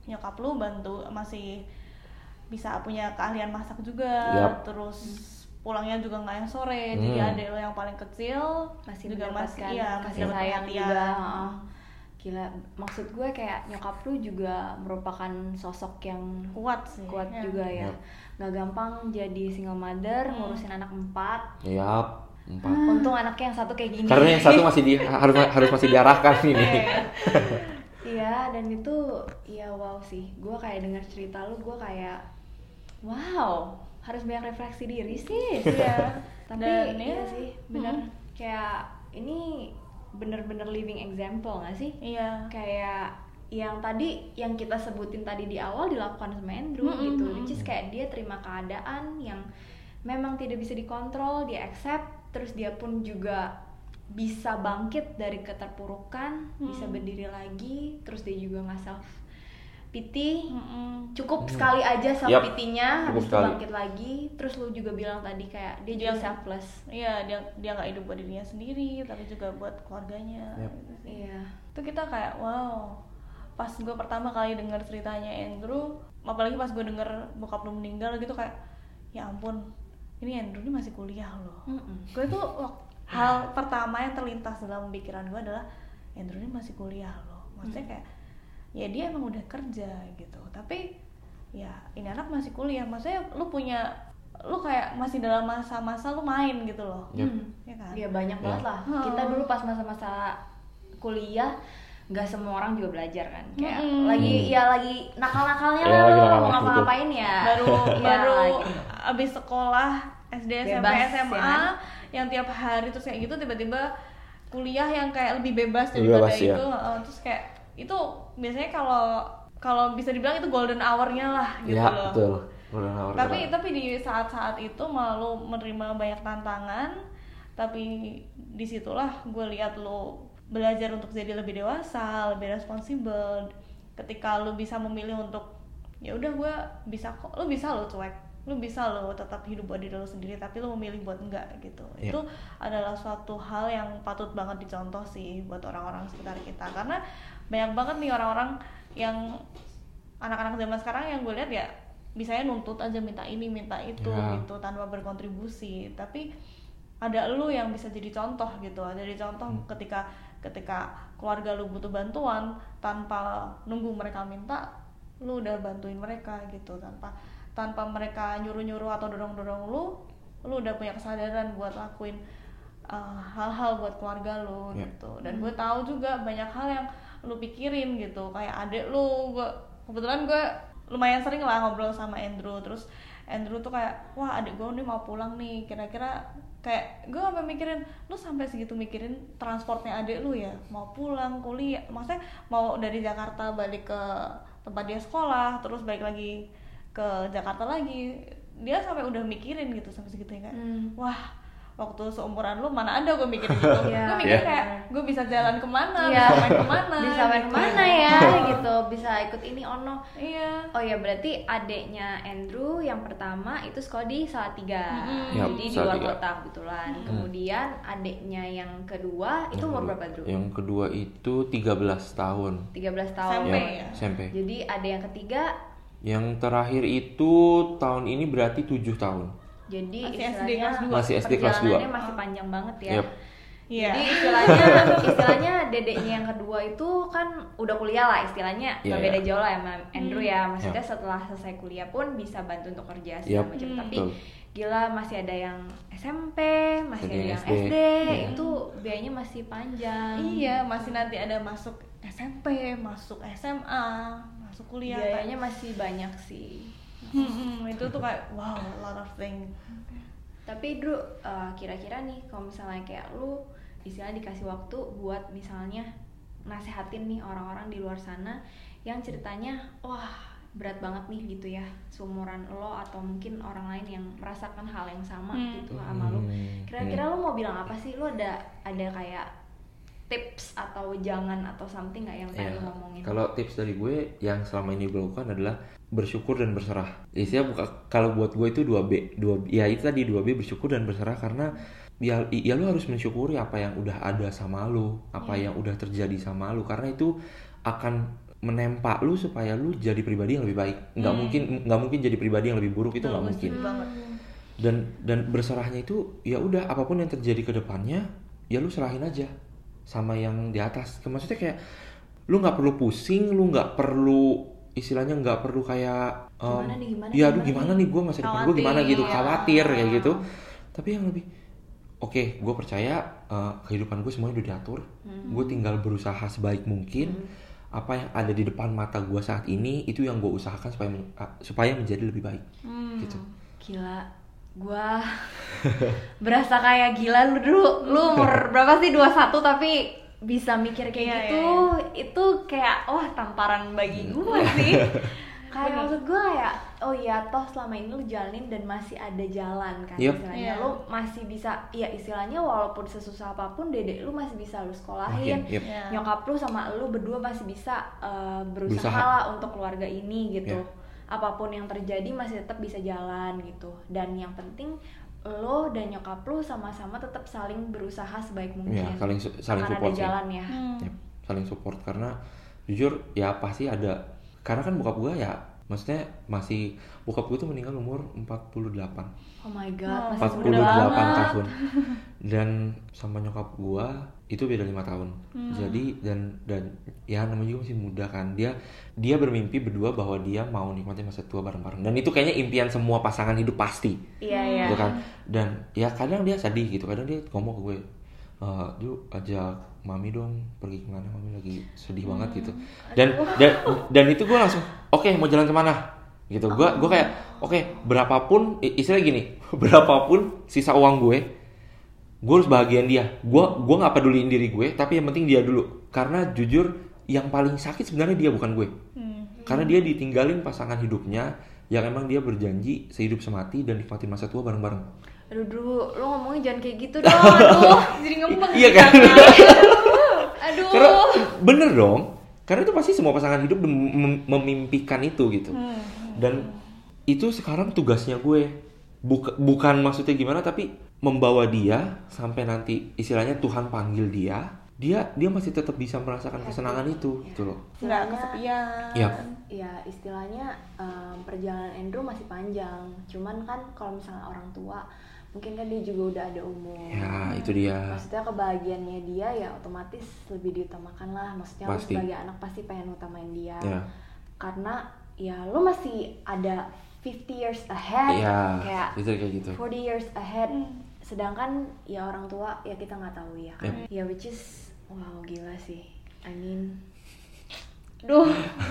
nyokap lu bantu masih bisa punya keahlian masak juga, Yap. terus pulangnya juga nggak yang sore, Hmm. jadi adik lo yang paling kecil Masih juga mendapatkan masih iya masih kasih dapat sayang perhatian. juga. heeh. Gila, maksud gue kayak nyokap lu juga merupakan sosok yang Kuat sih. kuat ya. juga ya. Yap. Nggak gampang jadi single mother, Hmm. ngurusin anak empat. Yap, empat. Untung anaknya yang satu kayak gini. Karena yang satu masih di harus harus masih diarahkan ini. Iya. Iya, dan itu ya wow sih. Gue kayak dengar cerita lu, gue kayak wow, harus banyak refleksi diri sih. Iya. Tapi Dan iya ya, sih, bener mm. kayak ini bener-bener living example nggak sih? Iya. Kayak yang tadi yang kita sebutin tadi di awal dilakukan sama Andrew Mm-mm, gitu, mm-mm. which is kayak dia terima keadaan yang memang tidak bisa dikontrol, dia accept, terus dia pun juga bisa bangkit dari keterpurukan, Mm. bisa berdiri lagi, terus dia juga nggak self pity, Mm-mm. cukup Hmm. sekali aja self Yup, pity-nya, cukup habis itu sekali. bangkit lagi, terus lu juga bilang tadi kayak dia, Dia- juga selfless. Iya, dia dia nggak hidup buat dirinya sendiri, tapi juga buat keluarganya. Yap. gitu sih. Iya. Itu kita kayak wow. Pas gue pertama kali denger ceritanya Andrew, apalagi pas gue denger bokap lu meninggal gitu kayak, ya ampun, ini Andrew ini masih kuliah loh. Mm-mm. Gue tuh wak- hal pertama yang terlintas dalam pikiran gue adalah Andrew ini masih kuliah loh. Maksudnya kayak ya dia emang udah kerja gitu, tapi ya ini anak masih kuliah. Maksudnya lu punya, lu kayak masih dalam masa-masa lu main gitu loh. Yap. Hmm. Ya kan? Iya banyak Ya. banget lah. Hmm. Kita dulu pas masa-masa kuliah nggak semua orang juga belajar kan. Kayak Mm-mm. lagi ya lagi nakal-nakalnya Ya, lah lagi lo nakal-nakal, mau ngapa-ngapain ya. baru Ya, baru lagi. abis sekolah S D, S M P, Bebas, S M A ya kan? yang tiap hari terus kayak gitu, tiba-tiba kuliah yang kayak lebih bebas Lebih daripada bebas, ya. itu. Heeh, terus kayak itu biasanya kalau kalau bisa dibilang itu golden hour-nya lah gitu Ya, loh. betul. Golden hour Tapi keren. tapi di saat-saat itu malah lu menerima banyak tantangan, tapi disitulah gue lihat lu belajar untuk jadi lebih dewasa, lebih responsibel. Ketika lu bisa memilih untuk ya udah gue bisa kok, lu bisa lo cuek, lu bisa lo tetap hidup buat diri lu sendiri, tapi lu memilih buat enggak gitu. Iya. Itu adalah suatu hal yang patut banget dicontoh sih buat orang-orang sekitar kita, karena banyak banget nih orang-orang yang anak-anak zaman sekarang yang gue lihat ya bisanya nuntut aja, minta ini minta itu Ya. gitu tanpa berkontribusi. Tapi ada lu yang bisa jadi contoh gitu, ada jadi contoh Hmm. ketika ketika keluarga lu butuh bantuan tanpa nunggu mereka minta, lu udah bantuin mereka gitu, tanpa tanpa mereka nyuruh-nyuruh atau dorong-dorong lu, lu udah punya kesadaran buat lakuin uh, hal-hal buat keluarga lu Ya. gitu. Dan gue tahu juga banyak hal yang lu pikirin gitu, kayak adek lu. Gue kebetulan gue lumayan sering lah ngobrol sama Andrew, terus Andrew tuh kayak, wah adik gue nih mau pulang nih, kira-kira kayak gue sampai mikirin, lu sampai segitu mikirin transportnya adik lu ya, mau pulang kuliah, maksudnya mau dari Jakarta balik ke tempat dia sekolah, terus balik lagi ke Jakarta lagi, dia sampai udah mikirin gitu sampai segitunya kayak, Hmm. wah waktu seumuran lu mana ada gue mikirin gitu. Iya. Gue mikir Iya. kayak gue bisa jalan kemana, Iya. bisa main kemana, Bisa main gitu. kemana ya gitu, bisa ikut ini ono. Iya. Oh ya, berarti adeknya Andrew yang pertama itu sekolah di Salatiga, Mm-mm. Yap, jadi di luar Salatiga. kota kebetulan. Mm. Kemudian adeknya yang kedua itu umur berapa Drew? Yang kedua itu tiga belas tahun. tiga belas S M P tahun. ya? S M P. Jadi ada yang ketiga, Yang terakhir itu tahun ini berarti tujuh tahun. jadi Masih S D istilahnya kelas dua. Masih S D kelas dua. perjalanannya masih panjang banget ya. Yep. Iya. Jadi istilahnya istilahnya dedeknya yang kedua itu kan udah kuliah lah istilahnya, Iya, nggak beda iya. jauh lah sama Andrew ya. Maksudnya Yep. setelah selesai kuliah pun bisa bantu untuk kerja Yep. segala macam. Hmm. Tapi Betul. gila masih ada yang S M P, masih Ada ada yang yang S D. S D, Iya. itu biayanya masih panjang. Iya, masih nanti ada masuk S M P, masuk S M A, masuk kuliah. Biayanya masih banyak sih. Hmm, itu tuh kayak wow, a lot of thing. Tapi Drew, uh, kira-kira nih kalau misalnya kayak lu istilahnya dikasih waktu buat misalnya nasehatin nih orang-orang di luar sana yang ceritanya wah berat banget nih gitu ya, seumuran lo atau mungkin orang lain yang merasakan hal yang sama Hmm. gitu sama lu. Hmm. Kira-kira lu mau bilang apa sih? Lu ada ada kayak tips atau jangan atau something nggak yang tadi Ya, lu ngomongin? kalau tips dari gue yang selama ini gue lakukan adalah bersyukur dan berserah. Isinya buka, kalau buat gue itu dua B, dua ya itu tadi dua B, bersyukur dan berserah, karena ya ya lu harus mensyukuri apa yang udah ada sama lu, apa Iya. yang udah terjadi sama lu, karena itu akan menempa lu supaya lu jadi pribadi yang lebih baik. Nggak Hmm. mungkin nggak mungkin jadi pribadi yang lebih buruk, itu nggak mungkin. Setuju banget. Dan dan berserahnya itu ya udah, apapun yang terjadi ke depannya ya lu serahin aja sama yang di atas. Maksudnya kayak lu nggak perlu pusing, lu nggak perlu istilahnya nggak perlu kayak um, Gimana nih, gimana, ya aduh gimana gimana nih? nih gue masa depan gue gimana Khawatir, gitu, ya. khawatir kayak gitu. Tapi yang lebih oke, gue percaya uh, kehidupan gue semuanya udah diatur. Gue tinggal berusaha sebaik mungkin. Apa yang ada di depan mata gue saat ini itu yang gue usahakan supaya men- uh, supaya menjadi lebih baik. Hmm. Gitu. Gila, gua berasa kayak gila lu dulu. Lu umur berapa sih? dua puluh satu tapi bisa mikir kayak Iya, gitu. iya, Itu kayak wah tamparan bagi gua sih. Kayak Bener. maksud gua kayak oh ya toh selama ini lu jalanin dan masih ada jalan kan. Yep. Istilahnya Iya. lu masih bisa, ya istilahnya walaupun sesusah apapun dedek lu masih bisa lu sekolahin. Makin, yep. Iya. Nyokap lu sama lu berdua masih bisa uh, berusaha Berusaha. lah untuk keluarga ini gitu. Yeah. Apapun yang terjadi masih tetap bisa jalan gitu. Dan yang penting lo dan nyokap lu sama-sama tetap saling berusaha sebaik mungkin. Ya, saling su- saling Akan support ada sih. jalannya. Hmm. Yep, saling support karena jujur ya pasti ada, karena kan bokap gue ya maksudnya masih, bokap gue tuh meninggal umur empat puluh delapan Oh my Oh, god, masih empat muda puluh delapan banget. tahun dan sama nyokap gue itu beda lima tahun. Jadi dan dan ya namanya juga masih muda kan, dia dia bermimpi berdua bahwa dia mau nikmatin masa tua bareng-bareng, dan itu kayaknya impian semua pasangan hidup pasti. Iya, iya. Gitu kan. Dan ya kadang dia sedih gitu, kadang dia ngomong ke gue, eh yuk ajak mami dong pergi kemana, mami lagi sedih banget gitu. Dan dan dan itu gue langsung oke, mau jalan kemana gitu. Gue gue kayak oke, berapapun i- istilah gini, berapapun sisa uang gue, gue harus bahagiain dia. Gue gue nggak peduliin diri gue, tapi yang penting dia dulu. Karena jujur yang paling sakit sebenarnya dia, bukan gue. Hmm. Karena dia ditinggalin pasangan hidupnya yang emang dia berjanji sehidup semati dan nikmatin masa tua bareng-bareng. Aduh, dulu lu ngomongnya jangan kayak gitu dong. Aduh. Jadi ngembang. Iya kan? Aduh. Karena bener dong. Karena itu pasti semua pasangan hidup mem- mem- memimpikan itu gitu. Hmm. Dan itu sekarang tugasnya gue. Buk- bukan maksudnya gimana, tapi membawa dia sampai nanti istilahnya Tuhan panggil dia, dia dia masih tetap bisa merasakan kesenangan itu gitu loh. Nggak Istilahnya- kesepian. Yap. Ya istilahnya em, perjalanan Andrew masih panjang. Cuman kan kalau misalnya orang tua, mungkin kan dia juga udah ada umur. Ya, itu dia. Maksudnya kebahagiaannya dia ya otomatis lebih diutamakan lah. Maksudnya lu Pasti. sebagai anak pasti pengen utamain dia. Ya. Karena ya lu masih ada fifty years ahead. Iya, Kayak itu kayak gitu. forty years ahead. Hmm. Sedangkan ya orang tua ya kita nggak tahu ya kan. Yep. Ya which is wow gila sih. I mean duh,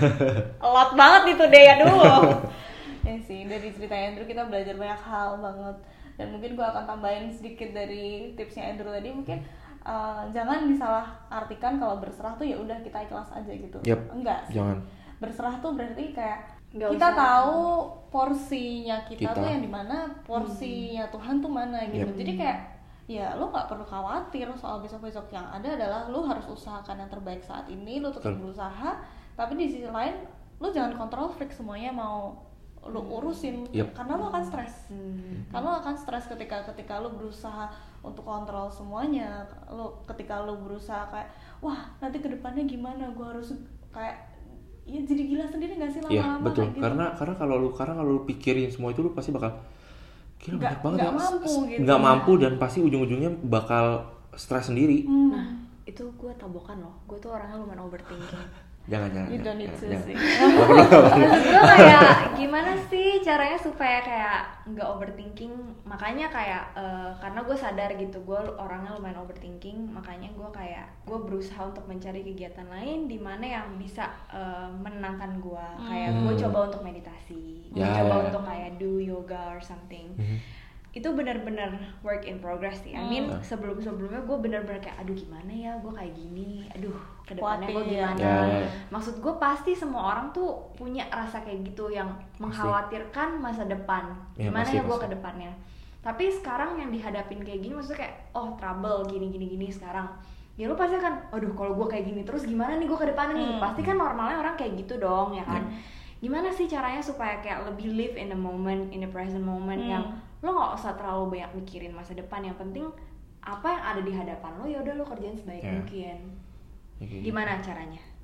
A lot banget itu deh ya dulu. Ya sih, dari cerita Andrew kita belajar banyak hal banget. Dan mungkin gue akan tambahin sedikit dari tipsnya Andrew tadi. Mungkin uh, jangan disalah artikan kalau berserah tuh ya udah kita ikhlas aja gitu. Yep, Enggak sih. jangan. Berserah tuh berarti kayak Nggak kita usah. tahu porsinya kita, Kita. tuh yang dimana, porsinya Tuhan tuh mana gitu. Yep. Jadi kayak ya lu nggak perlu khawatir soal besok-besok, yang ada adalah lu harus usahakan yang terbaik saat ini, lu tetap Betul. berusaha, tapi di sisi lain lu jangan kontrol freak semuanya mau lu urusin. Yep. Karena lu akan stres. hmm, Karena lu akan stres ketika ketika lu berusaha untuk kontrol semuanya. Lu ketika lu berusaha kayak wah nanti kedepannya gimana, gua harus kayak ya jadi gila sendiri nggak sih Iya, lama-lama betul. kayak gitu. Karena karena kalau lu karena kalau lu pikirin semua itu, lu pasti bakal gila Nggak- banyak banget nggak ya. mampu S- gitu. nggak mampu, dan pasti ujung-ujungnya bakal stres sendiri. Hmm. Nah itu gue tabokan loh. Gue tuh orangnya lumayan overthinking. Jangan jangan. You jangan, don't need to jangan. sih. Nggak perlu, nggak perlu. Maksud gue kayak gimana sih caranya supaya kayak nggak overthinking. Makanya kayak eh, karena gue sadar gitu gue orangnya lumayan overthinking. Makanya gue kayak gue berusaha untuk mencari kegiatan lain di mana yang bisa eh, menenangkan gue. Kayak gue Hmm. coba untuk meditasi, gue Ya, coba ya, ya. untuk kayak do yoga or something. Mhm. Itu benar-benar work in progress sih. I mean Hmm. sebelum-sebelumnya gue benar-benar kayak aduh gimana ya gue kayak gini, aduh kedepannya gue Khawatir. gimana. Ya, ya, ya. Maksud gue pasti semua orang tuh punya rasa kayak gitu yang mengkhawatirkan masa depan. Ya, Gimana pasti, ya gue pasti. ke depannya. Tapi sekarang yang dihadapin kayak gini maksudnya kayak oh trouble gini gini gini sekarang. Ya lu pasti kan, aduh kalau gue kayak gini terus gimana nih gue ke depannya nih. Hmm. Pasti kan normalnya orang kayak gitu dong ya kan. Gimana sih caranya supaya kayak lebih live in the moment, in the present moment Hmm. yang lo nggak usah terlalu banyak mikirin masa depan, yang penting apa yang ada di hadapan lo ya udah lo kerjain sebaik Ya. mungkin. Ya, kayak gitu. Gimana caranya?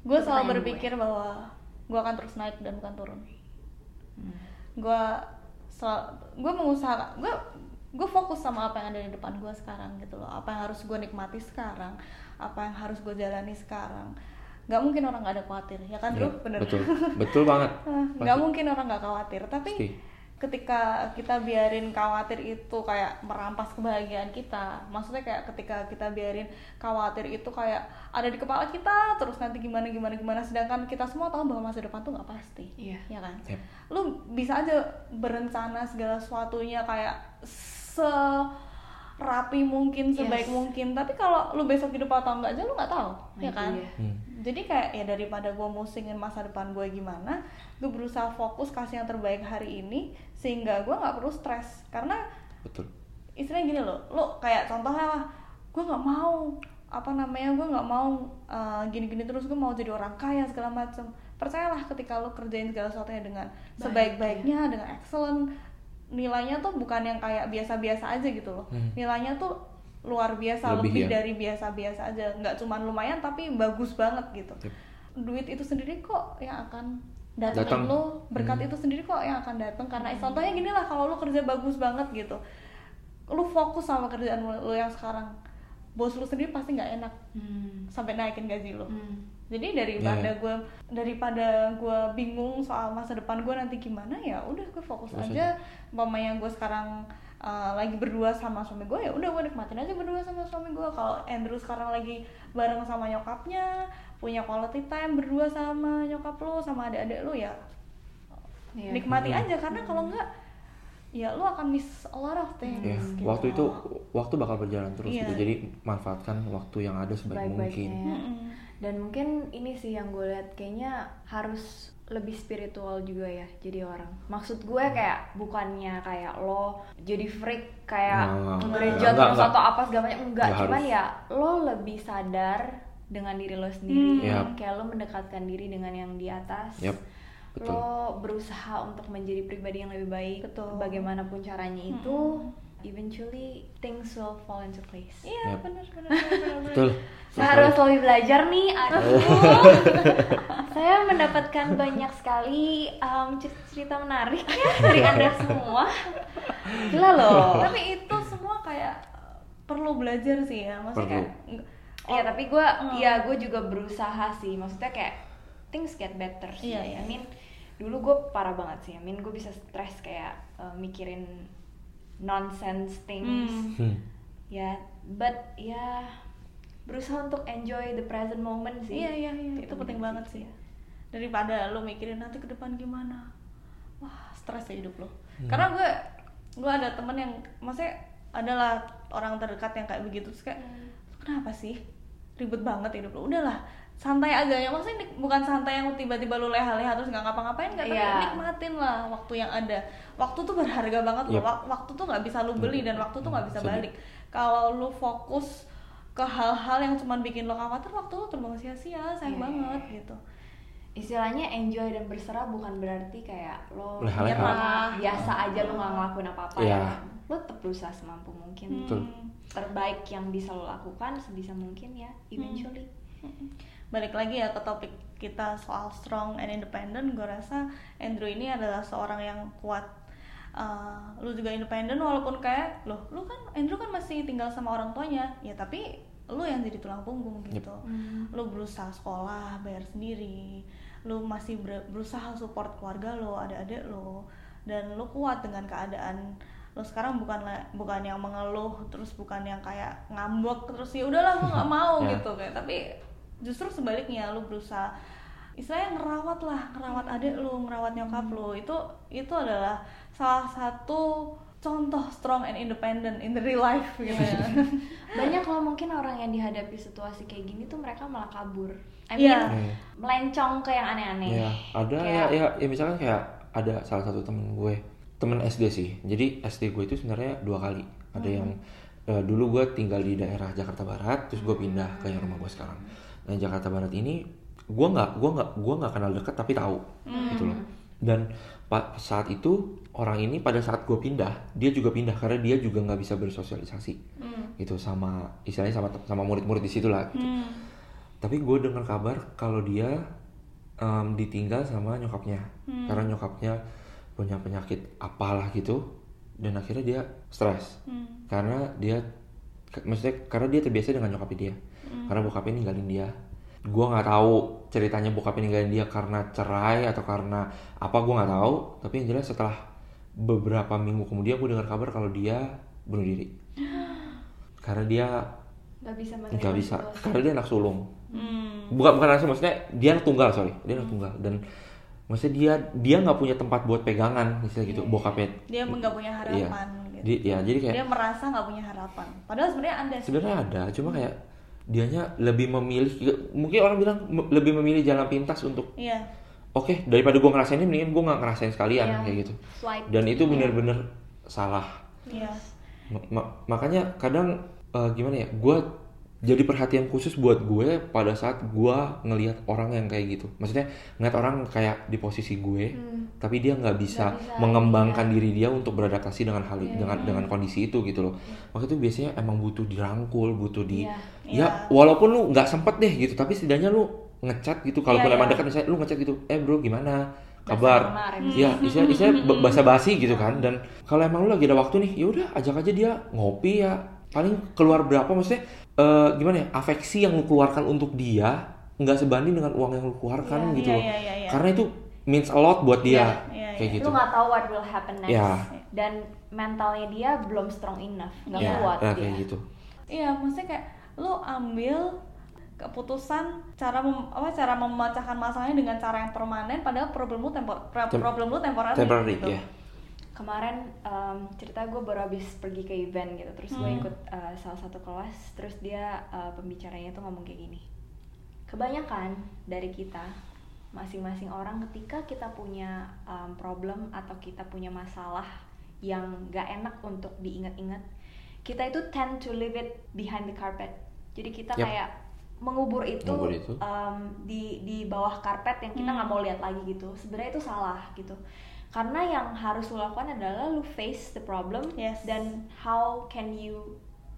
gue Itu selalu pertanyaan berpikir gue. bahwa gue akan terus naik dan bukan turun. Hmm. Gue sel- gue mengusahakan, gue gue fokus sama apa yang ada di depan gue sekarang gitu loh, apa yang harus gue nikmati sekarang, apa yang harus gue jalani sekarang. Nggak mungkin orang nggak ada khawatir, ya kan Ya, Ruh? Bener. betul, betul banget. Nggak mungkin orang nggak khawatir, tapi Pasti. ketika kita biarin khawatir itu kayak merampas kebahagiaan kita, maksudnya kayak ketika kita biarin khawatir itu kayak ada di kepala kita terus nanti gimana gimana gimana, sedangkan kita semua tahu bahwa masa depan tuh nggak pasti. Iya. Ya kan? Yep. Lu bisa aja berencana segala sesuatunya kayak se rapi mungkin, sebaik Yes. mungkin, tapi kalau lu besok hidup atau enggak aja lu nggak tahu. Nah, Ya itu kan? dia. Hmm. Jadi kayak ya daripada gue musingin masa depan gue gimana, gue berusaha fokus kasih yang terbaik hari ini sehingga gue nggak perlu stres. Karena Betul. istilahnya gini loh, lo kayak contohnya lah, gue nggak mau apa namanya, gue nggak mau uh, gini-gini terus, gue mau jadi orang kaya segala macam. Percayalah ketika lo kerjain segala sesuatunya dengan Baik, sebaik-baiknya, dengan excellent, nilainya tuh bukan yang kayak biasa-biasa aja gitu loh. Hmm. Nilainya tuh luar biasa, Lebih, lebih, ya? dari biasa-biasa aja, nggak cuman lumayan tapi bagus banget gitu. Yep. Duit itu sendiri kok yang akan Datang. datang lo, berkat Hmm. itu sendiri kok yang akan datang. Karena contohnya gini lah, kalau lo kerja bagus banget gitu, lo fokus sama kerjaan lo, lo yang sekarang, bos lo sendiri pasti nggak enak Hmm. sampai naikin gaji lo. Hmm. Jadi daripada Yeah. gue daripada gue bingung soal masa depan gue nanti gimana, ya udah gue fokus Fokus aja. Umpamanya gue sekarang uh, lagi berdua sama suami gue, ya udah gue nikmatin aja berdua sama suami gue. Kalau Andrew sekarang lagi bareng sama nyokapnya, punya quality time berdua sama nyokap lo, sama adik-adik lo, ya Iya. nikmati Hmm. aja. Karena kalau enggak, ya lo akan miss a lot of things. Ya, gitu. waktu itu waktu bakal berjalan terus Iya. gitu. Jadi manfaatkan waktu yang ada sebaik Baik-baiknya mungkin. ya. Mm-mm. Dan mungkin ini sih yang gue lihat, kayaknya harus lebih spiritual juga ya jadi orang. Maksud gue kayak bukannya kayak lo jadi freak kayak Nah, gereja enggak, terus enggak. atau apa segala macam, enggak, Enggak cuman harus. ya lo lebih sadar dengan diri lo sendiri. Hmm. Yap. Kayak lo mendekatkan diri dengan yang di atas. Yap, betul. Lo berusaha untuk menjadi pribadi yang lebih baik. Betul. Bagaimanapun caranya itu, eventually things will fall into place. Iya, Yap. benar benar benar. Betul. Saya harus lebih belajar nih. Aduh. Saya mendapatkan banyak sekali um, cerita menarik ya dari Anda semua. Gila loh. Tapi itu semua kayak perlu belajar sih ya, maksudnya Perlu. kayak Ya tapi gue, Hmm. ya gue juga berusaha sih. Maksudnya kayak things get better sih. Iya, iya. I mean, dulu gue parah banget sih. I mean, gue bisa stres kayak uh, mikirin nonsense things. Hmm. Hmm. Ya, but ya berusaha untuk enjoy the present moment sih. Iya iya iya, itu penting banget sih. ya. Daripada lo mikirin nanti ke depan gimana, wah stres ya hidup lo. Hmm. Karena gue gue ada temen yang, maksudnya adalah orang terdekat yang kayak begitu, terus kayak kenapa sih ribet banget hidup lo, udahlah santai aja ya. Maksudnya nik- bukan santai yang tiba-tiba lo leha-leha terus nggak ngapa-ngapain, nggak, tapi Iya. nikmatin lah waktu yang ada. Waktu tuh berharga banget loh. Yep. Wak- waktu tuh nggak bisa lo beli dan waktu tuh nggak bisa Sedih. balik. Kalau lo fokus ke hal-hal yang cuma bikin lo khawatir, waktu lo terbuang sia-sia, sayang Iya. banget gitu. Istilahnya enjoy dan berserah bukan berarti kayak lo Leha-leha. nyerah, biasa aja lo nggak ngelakuin apa-apa Iya. ya. Lo tetap berusaha semampu mungkin. Betul. Terbaik yang bisa lo lakukan sebisa mungkin ya, eventually. Balik lagi ya ke topik kita soal strong and independent, gue rasa Andrew ini adalah seorang yang kuat. Uh, lu juga independen walaupun kayak loh, lu kan Andrew kan masih tinggal sama orang tuanya, ya tapi lu yang jadi tulang punggung gitu. Hmm. Lu berusaha sekolah, bayar sendiri, lu masih ber- berusaha support keluarga lo, adik-adik lo, dan lu kuat dengan keadaan lo sekarang. Bukan la- bukan yang mengeluh terus, bukan yang kayak ngambek terus ya udahlah gue nggak mau Ya. gitu kayak, tapi justru sebaliknya lu berusaha istilahnya ngerawat lah, ngerawat adik lu, ngerawat nyokap lu. Itu itu adalah salah satu contoh strong and independent in the real life gitu ya. Banyak loh mungkin orang yang dihadapi situasi kayak gini tuh mereka malah kabur. I mean, Iya. Hmm. melencong ke yang aneh-aneh. Ya, ada Kayak- ya, ya, ya misalkan kayak ada salah satu temen gue, temen S D sih. Jadi S D gue itu sebenarnya dua kali. Ada yang eh, dulu gue tinggal di daerah Jakarta Barat, terus gue pindah ke yang rumah gue sekarang. Nah Jakarta Barat ini gue nggak gue nggak gue nggak kenal dekat tapi tahu gitu loh. Dan pa- saat itu orang ini pada saat gue pindah, dia juga pindah karena dia juga nggak bisa bersosialisasi Hmm. gitu sama istilahnya sama sama murid-murid di situ lah. Gitu. Hmm. Tapi gue dengar kabar kalau dia um, ditinggal sama nyokapnya, hmm. karena nyokapnya punya penyakit apalah gitu, dan akhirnya dia stres, hmm. karena dia, maksudnya karena dia terbiasa dengan nyokapnya dia, hmm. karena bokapnya ninggalin dia. Gue nggak tahu ceritanya bokapnya ninggalin dia karena cerai atau karena apa, gue nggak tahu. Tapi yang jelas setelah beberapa minggu kemudian gue dengar kabar kalau dia bunuh diri, karena dia nggak bisa nggak bisa, karena dia anak sulung. Hmm. Bukan bukan anak, maksudnya dia anak tunggal, sorry, dia anak hmm. tunggal, dan maksudnya dia dia nggak punya tempat buat pegangan, istilah gitu, yeah. bokapnya. Dia nggak punya harapan. Iya. Gitu. Di, ya, jadi kayak dia merasa nggak punya harapan. Padahal sebenarnya ada. Sebenarnya ada, cuma kayak dianya lebih memilih, mungkin orang bilang lebih memilih jalan pintas untuk. Iya. Oke, okay, daripada gue ngerasain ini, mendingan gue nggak ngerasain sekalian, yeah. kayak gitu. Swipe. Dan itu benar-benar salah. Iya. Ma- ma- makanya kadang uh, gimana ya, gue jadi perhatian khusus buat gue pada saat gue ngelihat orang yang kayak gitu. Maksudnya ngeliat orang kayak di posisi gue, hmm. tapi dia nggak bisa, bisa mengembangkan iya. diri dia untuk beradaptasi dengan hal yeah. dengan dengan kondisi itu gitu loh. Yeah. Makanya itu biasanya emang butuh dirangkul, butuh di, yeah. ya yeah. walaupun lu nggak sempet deh gitu, tapi setidaknya lu ngechat gitu. Kalaupun yeah, emang yeah. dekat, misalnya lu ngechat gitu, eh bro gimana kabar? Ya, istilah istilah basa-basi gitu kan. Dan kalau emang lu lagi ada waktu nih, ya udah ajak aja dia ngopi ya. Paling keluar berapa, maksudnya uh, gimana ya, afeksi yang lu keluarkan untuk dia nggak sebanding dengan uang yang lu keluarkan yeah, gitu yeah, loh. yeah, yeah, yeah. Karena itu means a lot buat dia, yeah, yeah, kayak yeah. gitu. Lu nggak tahu what will happen next, yeah. dan mentalnya dia belum strong enough, nggak yeah, kuat nah, dia. Kayak gitu. Iya, maksudnya kayak lu ambil keputusan cara mem, apa cara memecahkan masalahnya dengan cara yang permanen, padahal problem lu tempor, Tem- problem lu temporary, temporary gitu. Yeah. Kemarin um, cerita gue baru habis pergi ke event gitu, terus gue hmm. ikut uh, salah satu kelas, terus dia uh, pembicaranya tuh ngomong kayak gini. Kebanyakan dari kita, masing-masing orang ketika kita punya um, problem atau kita punya masalah yang gak enak untuk diingat-ingat, kita itu tend to leave it behind the carpet. Jadi kita yep. kayak mengubur itu, mengubur itu. Um, di di bawah karpet yang kita nggak hmm. mau lihat lagi gitu. Sebenarnya itu salah gitu. Karena yang harus lo lakukan adalah lo face the problem, yes. dan how can you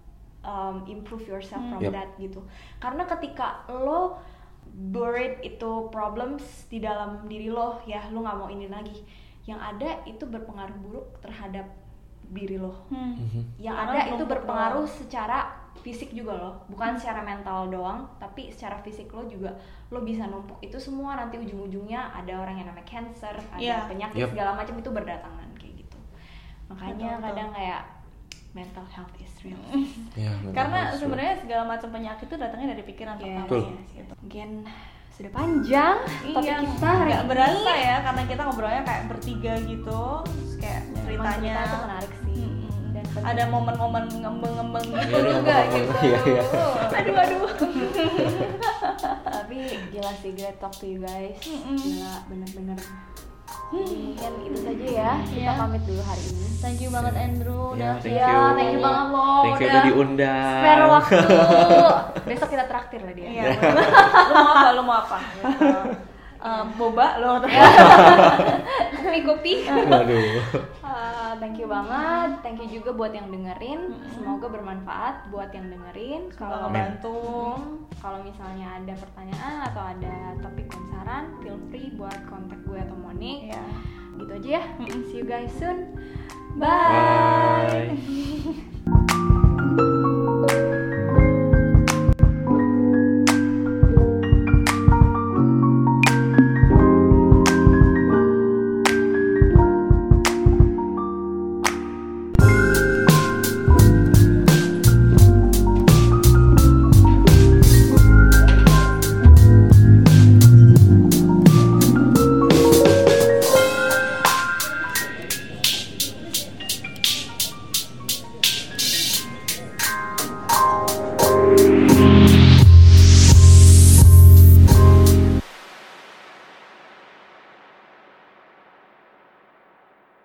um, improve yourself hmm. from yep. that gitu. Karena ketika lo buried itu problems di dalam diri lo, ya lo nggak mau ini lagi. Yang ada itu berpengaruh buruk terhadap diri lo. Hmm. Mm-hmm. Yang ada itu berpengaruh secara fisik juga loh, bukan hmm. secara mental doang, tapi secara fisik lo juga lo bisa numpuk itu semua, nanti ujung-ujungnya ada orang yang namanya cancer, ada yeah. penyakit yep. segala macam itu berdatangan kayak gitu. Makanya betul, kadang betul. kayak mental health is real. Yeah, karena sebenarnya segala macam penyakit itu datangnya dari pikiran yeah. pertama ya. Gitu. Mungkin sudah panjang topik iya, kita hari nggak ini. Berasa ya, karena kita ngobrolnya kayak bertiga gitu, terus kayak ya, ceritanya itu menarik sih. Hmm. Ada momen-momen ngembeng-ngembeng gitu ya, juga gitu. Iya, iya. Aduh aduh. Tapi gila sih, great talk to you guys. Mm-mm. Gila bener-bener. Hmm. Mungkin itu saja ya. Kita yeah. pamit dulu hari ini. Thank you banget Andrew. Udah. Yeah, thank ya, you. thank you banget lo. Thank you udah diundang. Spare waktu. Besok kita traktir lah dia. Iya. Lu mau apa? Lu mau apa? Gitu. Uh, boba lo. Kopi-kopi. Waduh. Uh, thank you banget, thank you juga buat yang dengerin. Mm-hmm. Semoga bermanfaat buat yang dengerin. Kalau bantu, kalau misalnya ada pertanyaan atau ada topik dan saran, feel free buat kontak gue atau Monique. Yeah. Gitu aja ya. Mm-hmm. See you guys soon. Bye. Bye.